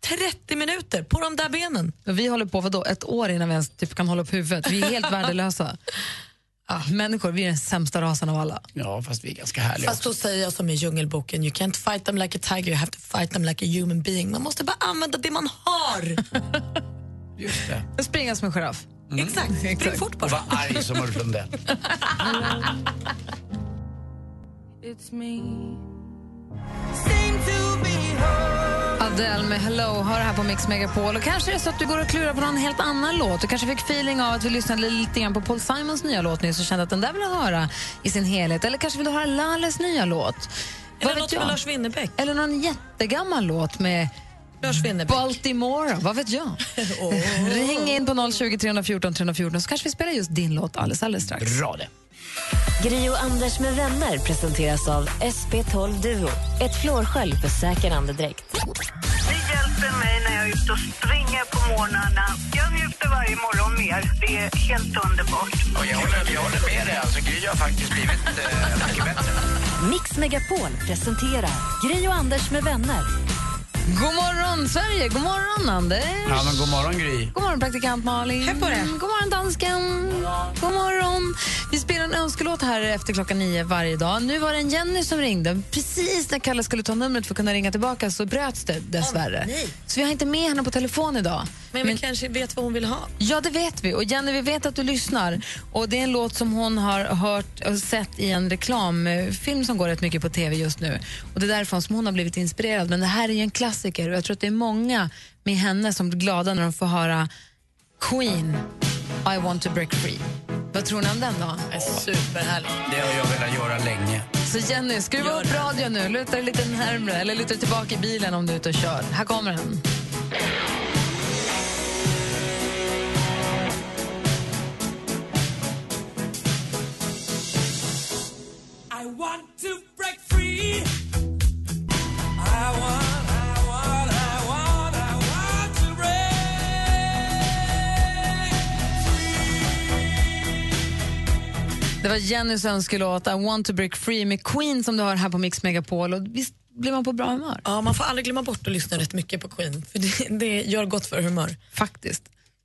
30 minuter på de där benen. Och vi håller på för då 1 år innan vi ens typ kan hålla upp huvudet. Vi är helt värdelösa. Människor, vi är den sämsta rasen av alla. Ja, fast vi är ganska härliga. Fast då säger jag som i Djungelboken, you can't fight them like a tiger, you have to fight them like a human being. Man måste bara använda det man har. Just det. Och springa som en giraff. Exakt, spring fort bara. Var arg som Ulf Lundell. It's me. Adele med Hello har det här på Mix Megapol. Och kanske är det så att du går och klurar på någon helt annan låt. Du kanske fick feeling av att vi lyssnade lite grann på Paul Simons nya låt nu, så kände att den där vill jag höra i sin helhet. Eller kanske vill du höra Lalles nya låt. Eller något med Lars Winnerbäck. Eller någon jättegammal låt med Lars Winnerbäck. Baltimore, vad vet jag? Ring in på 020 314 314 så kanske vi spelar just din låt alldeles strax. Bra det. Gri och Anders med vänner presenteras av SP12 Duo. Ett flårskölj för säker andedräkt. Det hjälper mig när jag vara ute och springa på morgnarna. Jag njuter varje morgon mer. Det är helt underbart. Och jag håller med dig. Alltså, Gry har faktiskt blivit mycket bättre. Mix Megapol presenterar Gry och Anders med vänner. God morgon, Sverige! God morgon, Anders! Ja, men god morgon, Gry. God morgon, praktikant Malin. Hej på det. God morgon, dansken. God morgon. Vi spelar en önskelåt här efter 9:00 varje dag. Nu var det en Jenny som ringde. Precis när Kalle skulle ta numret för att kunna ringa tillbaka så bröts det dessvärre. Så vi har inte med henne på telefon idag. Men vi kanske vet vad hon vill ha. Ja, det vet vi. Och Jenny, vi vet att du lyssnar. Och det är en låt som hon har hört och sett i en reklamfilm som går rätt mycket på tv just nu. Och det är därifrån som hon har blivit inspirerad. Men det här är ju en klassiker. Och jag tror att det är många med henne som blir glada när de får höra Queen, I want to break free. Vad tror ni om den då? Superhärligt. Det har jag velat göra länge. Så Jenny, skruva upp radion nu. Luta dig lite närmare. Eller luta dig tillbaka i bilen om du är ute och kör. Här kommer den. I want to break free. I want to break free. Det var Jennys önskelåt I want to break free med Queen som du har här på Mix Megapol. Och visst blir man på bra humör? Ja, man får aldrig glömma bort att lyssna rätt mycket på Queen. För det gör gott för humör. Faktiskt.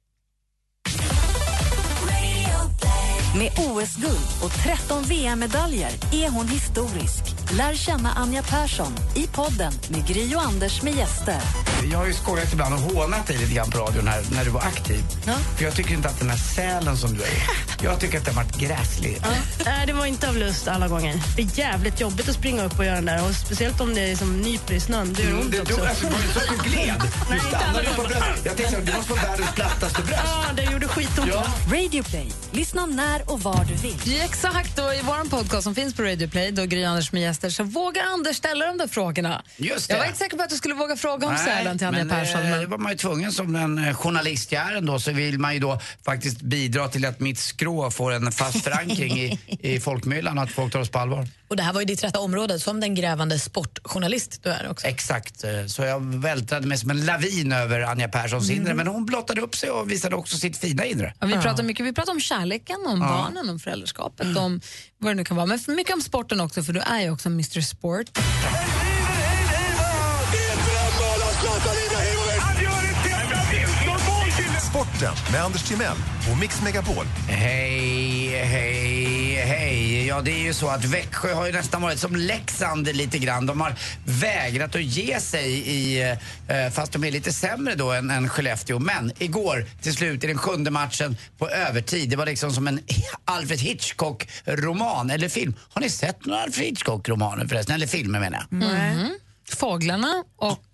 Med OS-guld och 13 VM-medaljer är hon historisk. Lär känna Anja Persson i podden med Gry och Anders med gäster. Jag har ju skojat ibland och hånat dig lite grann på radion här när du var aktiv. Ja. För jag tycker inte att den här sälen som du är, jag tycker att den har varit gräslig. Ja. Nej, det var inte av lust alla gånger. Det är jävligt jobbigt att springa upp och göra den där. Och speciellt om det är som nyper i snön. Det gör ont också. Det var så att du gled. Nej, inte alla gånger. Jag tänkte att du måste få världens plattaste bröst. Ja, det gjorde skitont. Ja. Radio Play. Lyssna när och var du vill. Ja, exakt, och i vår podcast som finns på Radio Play, då Gry Anders med gäster, så vågar Anders ställa de där frågorna. Just det. Jag var inte säker på att du skulle våga fråga om sälen till Anja Persson. Men det var man ju tvungen som en journalist jag är ändå, så vill man ju då faktiskt bidra till att mitt skrå får en fast förankring i folkmyllan och att folk tar oss på allvar. Och det här var ju ditt rätta område som den grävande sportjournalist du är också. Exakt, så jag vältrade mig som en lavin över Anja Perssons inre, men hon blottade upp sig och visade också sitt fina inre. Ja, vi pratar mycket, vi pratar om kärleken, om barnen, om föräldraskapet, om vad det nu kan vara. Men för mycket om sporten också, för du är ju också Mr. Sport. Sporten med Anders Timell och Mix Megapol. Hej. Ja, det är ju så att Växjö har ju nästan varit som Leksand lite grann. De har vägrat att ge sig fast de är lite sämre då än Skellefteå. Men igår till slut i den 7:e matchen på övertid. Det var liksom som en Alfred Hitchcock-roman eller film. Har ni sett några Alfred Hitchcock-romaner förresten? Eller filmer menar jag. Fåglarna och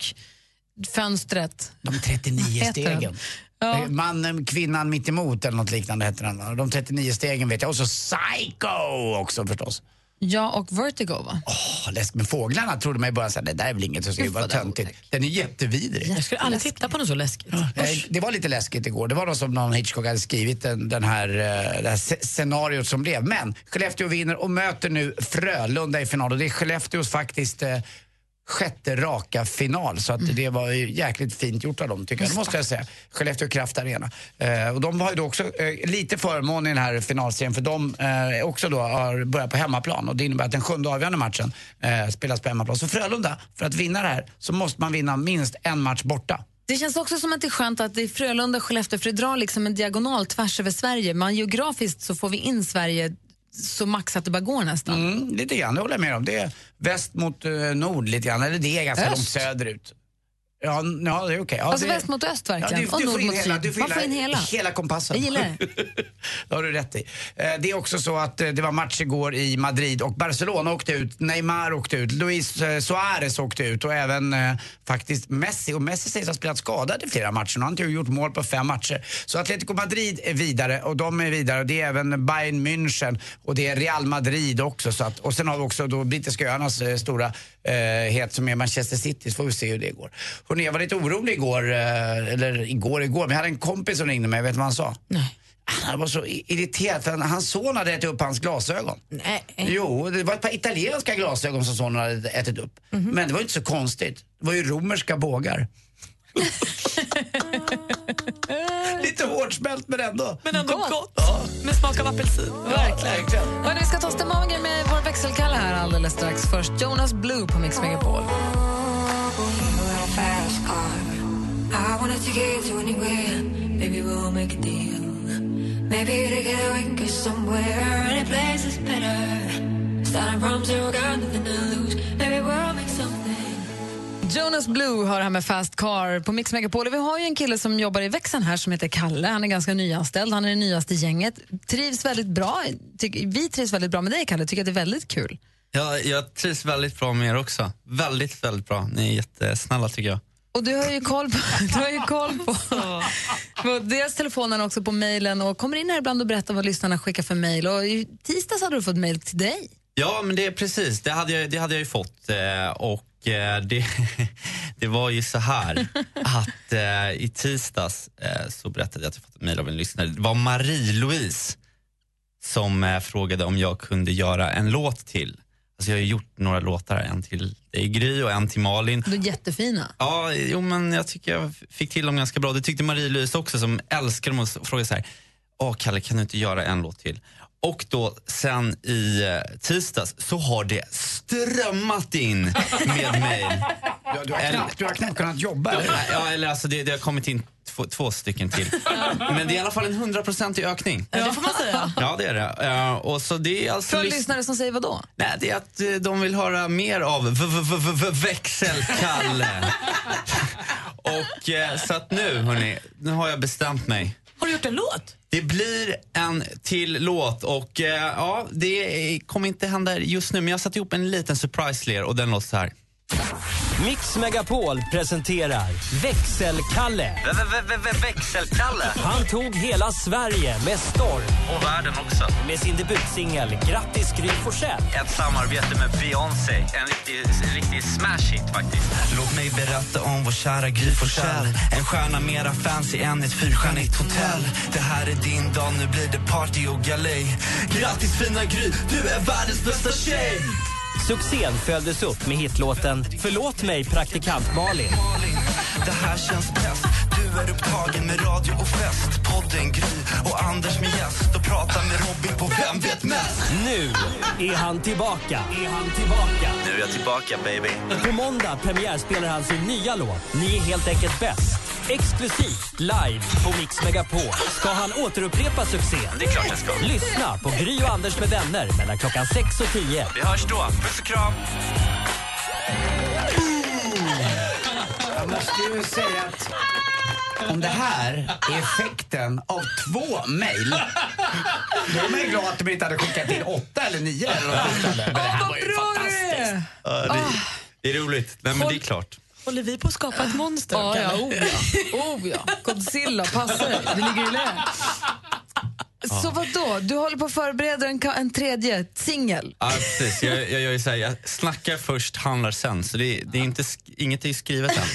Fönstret. De 39 stegen. Ja. Mannen, kvinnan mitt emot eller något liknande heter den. De 39 stegen vet jag. Och så Psycho också förstås. Ja, och Vertigo va? Läsk med fåglarna trodde man ju bara så här, det där är väl inget som ska vara töntigt. Den är jättevidrig. Jag skulle aldrig titta på något så läskigt. Det var lite läskigt igår. Det var något som någon Hitchcock hade skrivit det här scenariot som blev. Men Skellefteå vinner och möter nu Frölunda i final. Och det är Skellefteås faktiskt sjätte raka final, så att det var ju jäkligt fint gjort av dem tycker jag, det måste jag säga. Skellefteå Kraft Arena. Och de har ju då också lite förmån i den här finalserien, för de också då har börjat på hemmaplan, och det innebär att den 7:e avgörande matchen spelas på hemmaplan. Så Frölunda, för att vinna det här så måste man vinna minst en match borta. Det känns också som att det är skönt att det är Frölunda och Skellefteå, för det drar liksom en diagonal tvärs över Sverige. Man geografiskt så får vi in Sverige så maxat det bara går nästan. Lite grann, det håller jag med om. Det är väst mot nord lite grann, eller det är ganska långt söderut. Ja, det är okej. Ja, alltså väst mot öst verkligen, och nord mot syd. Du får in hela kompassen. Jag gillar det. Det har du rätt i. Det är också så att det var match igår i Madrid och Barcelona åkte ut, Neymar åkte ut, Luis Suarez åkte ut och även faktiskt Messi. Och Messi sägs ha spelat skadad i flera matcher och han har inte gjort mål på 5 matcher. Så Atletico Madrid är vidare och de är vidare, och det är även Bayern München och det är Real Madrid också. Så att, och sen har vi också då brittiska öarnas stora het som är Manchester City, så får vi se hur det går. Hörrni, jag var lite orolig igår, men jag hade en kompis som ringde mig, vet du vad han sa? Nej. Han var så irriterad för hans son hade ätit upp hans glasögon. Nej. Jo, det var ett par italienska glasögon som sonen hade ätit upp. Men det var ju inte så konstigt. Det var ju romerska bågar. Hårdsmält men ändå gott. Ja. Med smak av apelsin. Verkligen. Och vi ska ta stämmagen med vår växelkalle här alldeles strax. Först Jonas Blue på Mix Megapol. I wanted to get you anywhere. Maybe we'll make a deal. Maybe together we can go somewhere. Any place is better. Starting from zero, got nothing to lose. Maybe we'll make something. Jonas Blue har här med Fast Car på Mix Megapol. Vi har ju en kille som jobbar i växeln här som heter Kalle. Han är ganska nyanställd. Han är det nyaste gänget. Trivs väldigt bra. Vi trivs väldigt bra med dig, Kalle. Tycker att det är väldigt kul. Ja, jag trivs väldigt bra med er också. Väldigt, väldigt bra. Ni är jättesnälla tycker jag. Och du har ju koll på deras telefonen också, på mejlen, och kommer in här ibland och berättar vad lyssnarna skickar för mejl. Och i tisdags hade du fått mejl till dig. Ja, men det är precis. Det hade jag ju fått. Och det var ju så här att i tisdags så berättade jag att jag fått ett mejl av en lyssnare. Det var Marie-Louise som frågade om jag kunde göra en låt till. Alltså jag har gjort några låtar, en till dig Gry och en till Malin. De är jättefina. Ja, men jag tycker jag fick till dem ganska bra. Det tyckte Marie-Louise också, som älskar dem, och frågade så här: Kalle, kan du inte göra en låt till? Och då sen i tisdags så har det strömmat in med mejl. Du har knappt kunnat jobba. Ja, eller alltså det har kommit in två stycken till. Men det är i alla fall en 100% ökning. Ja, det får man säga. Ja, det är det. Och så det är alltså för lyssnare som säger vad då? Nej, det är att de vill höra mer av växelkalle. Och så att nu har jag bestämt mig. Har du gjort en låt? Det blir en till låt och det kommer inte hända just nu, men jag satt ihop en liten surprise till er och den låter så här. Mix Megapol presenterar Växelkalle. Växelkalle? Han tog hela Sverige med storm. Och världen också. Med sin debutsingel Grattis Gry Forssell. Ett samarbete med Beyoncé. En riktig smash hit faktiskt. Låt mig berätta om vår kära Gry Forssell. En stjärna mera fancy än ett 4-stjärnigt hotell. Det här är din dag, nu blir det party och galej. Grattis fina Gry, du är världens bästa tjej. Succén följdes upp med hitlåten Förlåt mig praktikant Malin. Det här känns bäst. Du är upptagen med radio och fest. Podden Gry och Anders med gäst. Och pratar med Robin på Vem vet mest. Nu är han tillbaka. Nu är jag tillbaka, baby. På måndag premiärspelar han sin nya låt Ni är helt enkelt bäst. Exklusivt live på Mix Megapol ska han återupprepa succén. Det är klart jag ska. Lyssna på Gry och Anders med vänner mellan klockan 6 och 10. Vi hörs då. Puss och kram. Jag måste ju säga att om det här är effekten av 2 mejl, då är man ju glad att de inte hade skickat in 8 eller 9 eller något. Men det här var ju fantastiskt. Det är roligt. Nej, men det är klart. Håller vi på att skapa ett monster? Ja. Godzilla, passa dig. Det ligger i lä. Så vad då? Du håller på att förbereda en tredje singel. Ja, precis. Jag gör ju så här, jag snackar först, handlar sen. Så det är inte, inget är skrivet än.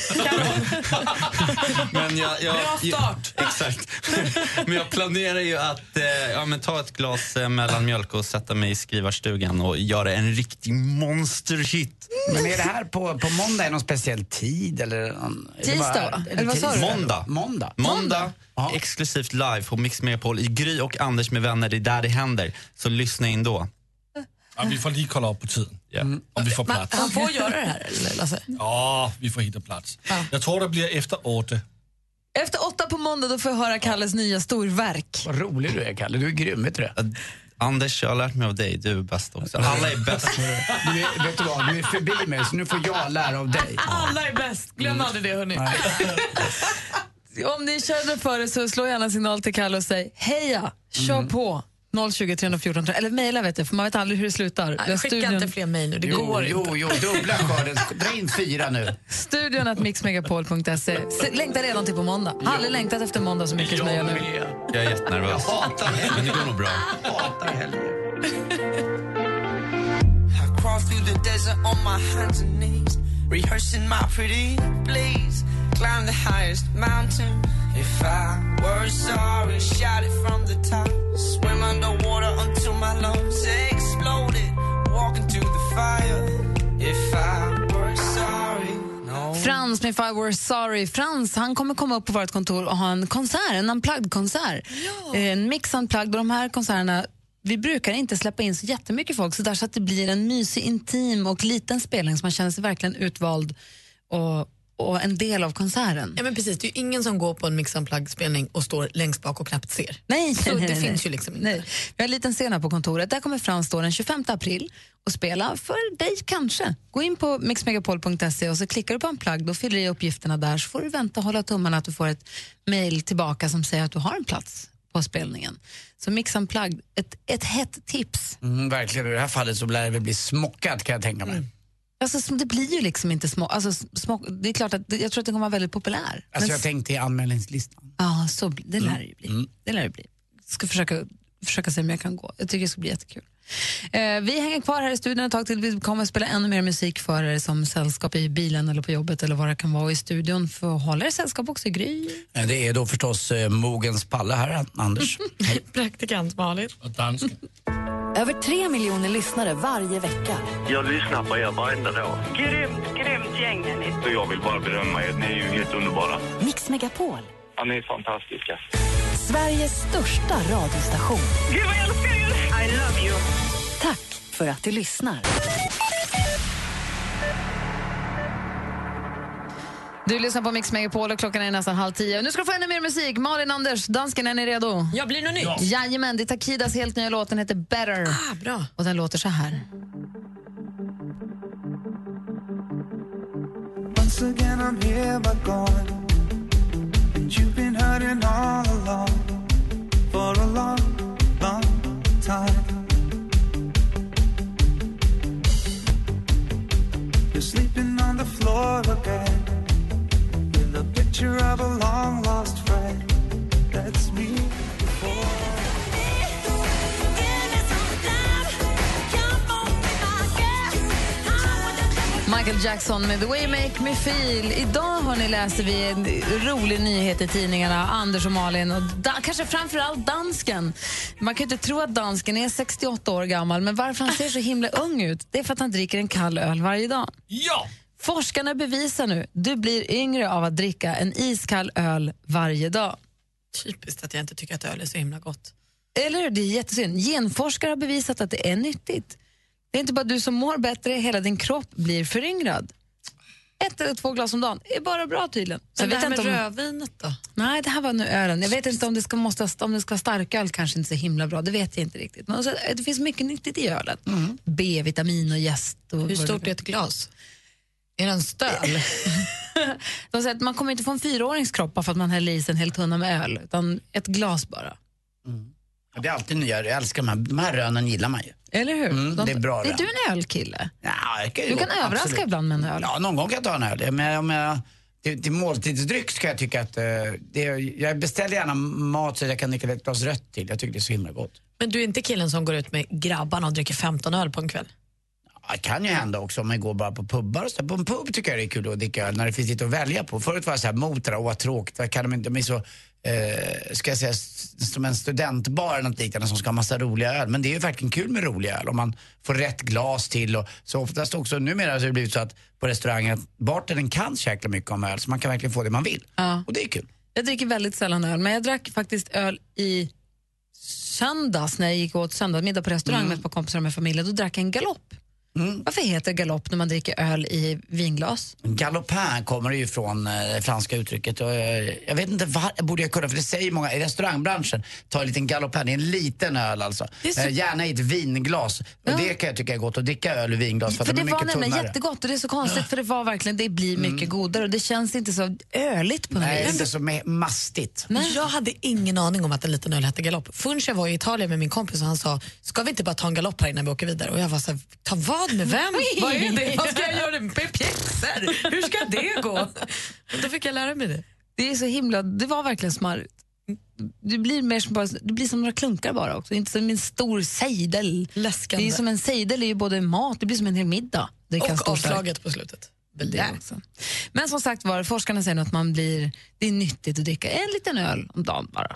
Men bra start. Exakt. Men jag planerar ju att ta ett glas mellanmjölk och sätta mig i skrivarstugan och göra en riktig monsterhit. Men är det här på måndag, någon speciell tid? Eller tisdag? Eller vad sa du? Måndag. Exklusivt live på Mix Megapol i Gry och Anders med vänner. Det är där det händer. Så lyssna in då. Ja, vi får lige kolla upp på tiden. Om vi får plats. Han får göra det här, eller Lasse? Ja, vi får hitta plats. Jag tror det blir efter 8. Efter 8 på måndag, då får jag höra Kalles nya storverk. Vad rolig du är, Kalle. Du är grym, vet du det? Anders, jag har lärt mig av dig. Du är bäst också. Alla är bäst. Vet du vad? Du är förbi mig, så nu får jag lära av dig. Alla är bäst. Glöm aldrig det, hörni. Om ni känner för det så slå gärna signal till Kalle och säg heja, kör på 020 314 eller mejla, vet du, för man vet aldrig hur det slutar. Nej, skicka inte fler mejl nu, det går inte. Jo, dubbla skörden. Dra in 4 nu. Studion at mixmegapol.se. Längtar redan till på måndag. Har aldrig längtat efter måndag så mycket som jag gör nu. Jag är jättenervös. Jag hatar helgen. Men det går nog bra. Jag hatar helgen. I crawl through the desert on my hands and knees, rehearsing my pretty please. Climb the highest mountain. If I were sorry, shout it from the top. Swim underwater until my lungs exploded. Walk into the fire. If I were sorry. Frans Ask Me If I Were Sorry. Frans, han kommer komma upp på vårt kontor och ha en konsert, en unplugged-konsert. Ja. En mix unplugged, och de här konserterna, vi brukar inte släppa in så jättemycket folk, så där så att det blir en mysig, intim och liten spelning som man känner sig verkligen utvald och en del av konserten. Ja, men precis, det är ju ingen som går på en mix unplugged-spelning och står längst bak och knappt ser. Nej, så det finns ju liksom inte. Nej. Vi har en liten scen här på kontoret. Där kommer Frans stå den 25 april och spela för dig kanske. Gå in på mixmegapol.se och så klickar du på unplugged och fyller i uppgifterna där, så får du vänta och hålla tummarna att du får ett mejl tillbaka som säger att du har en plats på spelningen. Så mix unplugged, ett hett tips. Verkligen, i det här fallet så lär det bli smockat, kan jag tänka mig. Alltså, det blir ju liksom inte det är klart att jag tror att den kommer vara väldigt populär. Alltså jag tänkte i anmälningslistan. Ja, så det lär det ju bli. Det lär det bli. Jag ska försöka se om jag kan gå. Jag tycker det ska bli jättekul. Vi hänger kvar här i studion ett tag till vi kommer att spela ännu mer musik för er som sällskap i bilen eller på jobbet eller vad det kan vara i studion, för att hålla er sällskap också i Gry. Det är då förstås Mogens Palle här, Anders. Praktikant Malin. Och dansken. Över 3 miljoner lyssnare varje vecka. Jag lyssnar på er varenda dag. Grymt gäng är ni. Så jag vill bara berömma er. Ni är ju helt underbara. Mix Megapol. Ja, ni är fantastiska. Sveriges största radiostation. Gud vad jag älskar er! I love you. Tack för att du lyssnar. Du lyssnar på Mix Megapol och klockan är nästan 9:30. Nu ska du få ännu mer musik. Malin, Anders, dansken, är ni redo? Jag blir något nytt. Ja. Jajamän, det är Takidas helt nya låt. Den heter Better. Bra. Och den låter så här. Once again I'm here but gone, and you've been hurting all along for a long, long time. You're sleeping on the floor again, with a picture of a long lost friend. That's me before. Michael Jackson med The Way You Make Me Feel. Idag läser vi en rolig nyhet i tidningarna. Anders och Malin och kanske framförallt dansken. Man kan ju inte tro att dansken är 68 år gammal, men varför han ser så himla ung ut, det är för att han dricker en kall öl varje dag. Ja! Forskarna bevisar nu, du blir yngre av att dricka en iskall öl varje dag. Typiskt att jag inte tycker att öl är så himla gott. Eller hur? Det är jättesynd. Genforskare har bevisat att det är nyttigt. Det är inte bara du som mår bättre, hela din kropp blir föryngrad. 1 eller 2 glas om dagen är bara bra tydligen. Så men det här med inte om... rödvinet då? Nej, det här var nu ölen. Jag vet inte om det ska vara starköl, kanske inte så himla bra. Det vet jag inte riktigt. Men alltså, det finns mycket nyttigt i ölen. B-vitamin och jäst. Hur stort är ett glas? Är det en stöl? De säger att man kommer inte få en 4-årings kropp för att man häller i sig en hel tunna med öl. Utan ett glas bara. Det är alltid nya, jag älskar de här rönen gillar man ju. Eller hur? Det är bra. Är du en ölkille? Ja, du kan överraska absolut. Ibland med en öl. Ja, någon gång kan jag ta en öl. Men till måltidsdryck ska jag tycka att jag beställer gärna mat så att jag kan dricka ett glas rött till. Jag tycker det är så himla gott. Men du är inte killen som går ut med grabbarna och dricker 15 öl på en kväll? Ja, det kan ju hända också om man går bara på pubbar och så. På en pub tycker jag det är kul att dricka öl när det finns lite att välja på. Förut var jag så här mot det, vad tråkigt. Kan de är så, ska jag säga, som en studentbar eller något liknande som ska ha massa roliga öl. Men det är ju verkligen kul med roliga öl om man får rätt glas till. Och så oftast också, numera så har det blivit så att på restaurangen att bartendern kan käka mycket om öl så man kan verkligen få det man vill. Ja. Och det är kul. Jag dricker väldigt sällan öl, men jag drack faktiskt öl i söndags när jag gick åt söndagsmiddag på restaurang med ett par kompisar med familjen. Då drack jag en galopp. Varför heter galopp när man dricker öl i vinglas? Galopin kommer ju från franska uttrycket och jag vet inte vad borde jag kunna, för det säger många i restaurangbranschen, ta en liten galopin, det är en liten öl alltså. Gärna i ett vinglas. Och det kan jag tycka är gott att dricka öl i vinglas för det var nämligen tunnare. Jättegott och det är så konstigt för det var verkligen, det blir mycket godare och det känns inte så öligt på något vis. Nej, inte så mastigt. Nej. Jag hade ingen aning om att en liten öl hette galopp. Förrän jag var i Italien med min kompis och han sa, ska vi inte bara ta en galopp här innan vi åker vidare? Och jag var så här, ta vad med vem? Vad är det? Vad ska jag göra med pjäxor? Hur ska det gå? Och då fick jag lära mig det. Det är så himla, det var verkligen smarrigt. Du blir mer som bara, du blir som några klunkar bara också, inte som en stor sejdel. Läskande. Det är som en sejdel är ju både mat, det blir som en hel middag. Det kan och avslaget på slutet. Det också. Men som sagt var, forskarna säger att det är nyttigt att dricka en liten öl om dagen bara.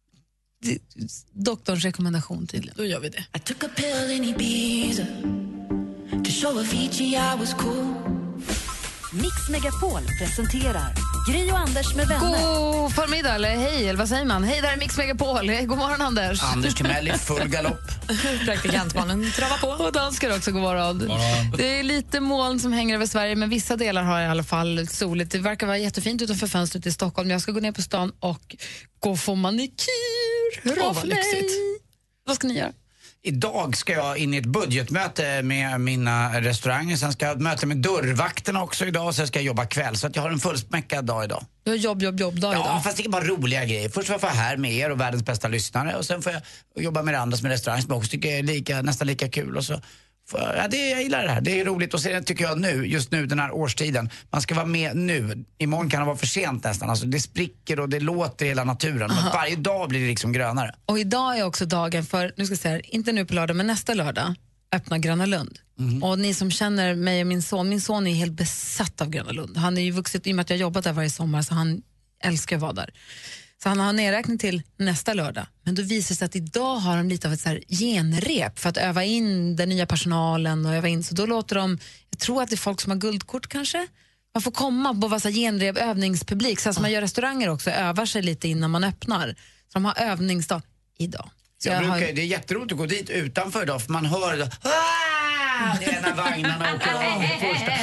Doktorns rekommendation tydligen. Då gör vi det. I took a pill in Ibiza to show Avicii I was cool. Mix Megapol presenterar Gry och Anders med vänner. God förmiddag, eller hej, eller vad säger man? Hej, där är Mix Megapol. God morgon, Anders. Anders Timell i full galopp. Praktikantmannen travar på. Och danskar också, god morgon. Det är lite moln som hänger över Sverige, men vissa delar har i alla fall soligt. Det verkar vara jättefint utanför fönstret i Stockholm. Jag ska gå ner på stan och gå få manikyr. Hurra för mig. Vad ska ni göra? Idag ska jag in i ett budgetmöte med mina restauranger. Sen ska jag möta med dörrvakterna också idag. Sen ska jag jobba kväll. Så att jag har en fullspäckad dag idag. Du har jobb dag idag? Ja, fast det är bara roliga grejer. Först får jag vara här med er och världens bästa lyssnare. Och sen får jag jobba med andra som är restaurang som jag också tycker är nästan lika kul. Och så jag gillar det här. Det är roligt. Och sen tycker jag just nu den här årstiden. Man ska vara med nu. Imorgon kan det vara för sent nästan. Alltså, det spricker och det låter i hela naturen. Men varje dag blir det liksom grönare. Och idag är också dagen för, nu ska jag säga, inte nu på lördag men nästa lördag, öppnar Gröna Lund. Och ni som känner mig och min son är helt besatt av Gröna Lund. Han är ju vuxit i och med att jag jobbat där varje sommar, så han älskar att vara där. Så han har nedräkning till nästa lördag. Men då visar det sig att idag har de lite av ett så här genrep för att öva in den nya personalen och öva in. Så då låter de, jag tror att det är folk som har guldkort kanske. Man får komma på vassa genrep, övningspublik. Så som man gör restauranger också, övar sig lite innan man öppnar. Så de har övningsdag idag. Så det är jätteroligt att gå dit utanför idag, för man hör det är när vagnarna åker av första.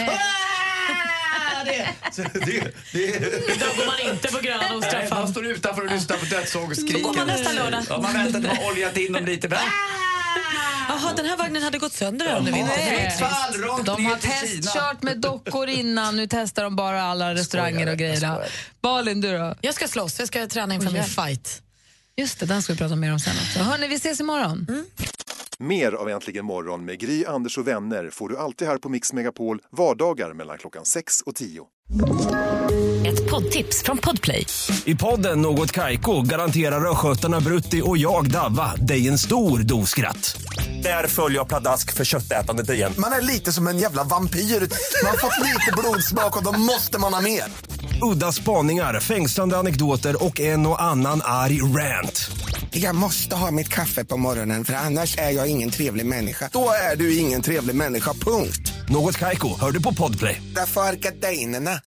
Idag går man inte på Gröna Lund. Man står utanför och lyssnar på dödssåg och skriker. Då går man nästa lördag. Ja, man väntar att man har oljat in dem lite. Jaha, den här vagnen hade gått sönder under vintern. De har testkört med dockor innan. Nu testar de bara alla restauranger och grejer. Balin, du då? Jag ska slåss, jag ska träna inför min fight. Just det, den ska vi prata mer om sen också. Hörrni, vi ses imorgon. Mer av Äntligen morgon med Gry, Anders och vänner får du alltid här på Mix Megapol vardagar mellan klockan 6 och 10. Ett poddtips från Podplay. I podden Något Kaiko garanterar röskötarna Brutti och jag Davva dig en stor doskratt. Där följer jag pladask för köttätandet igen. Man är lite som en jävla vampyr. Man har fått lite blodsmak och då måste man ha mer. Udda spaningar, fängslande anekdoter och en och annan arg rant. Jag måste ha mitt kaffe på morgonen för annars är jag ingen trevlig människa. Då är du ingen trevlig människa, punkt. Något Kaiko, hör du på Podplay. Därför är gardinerna.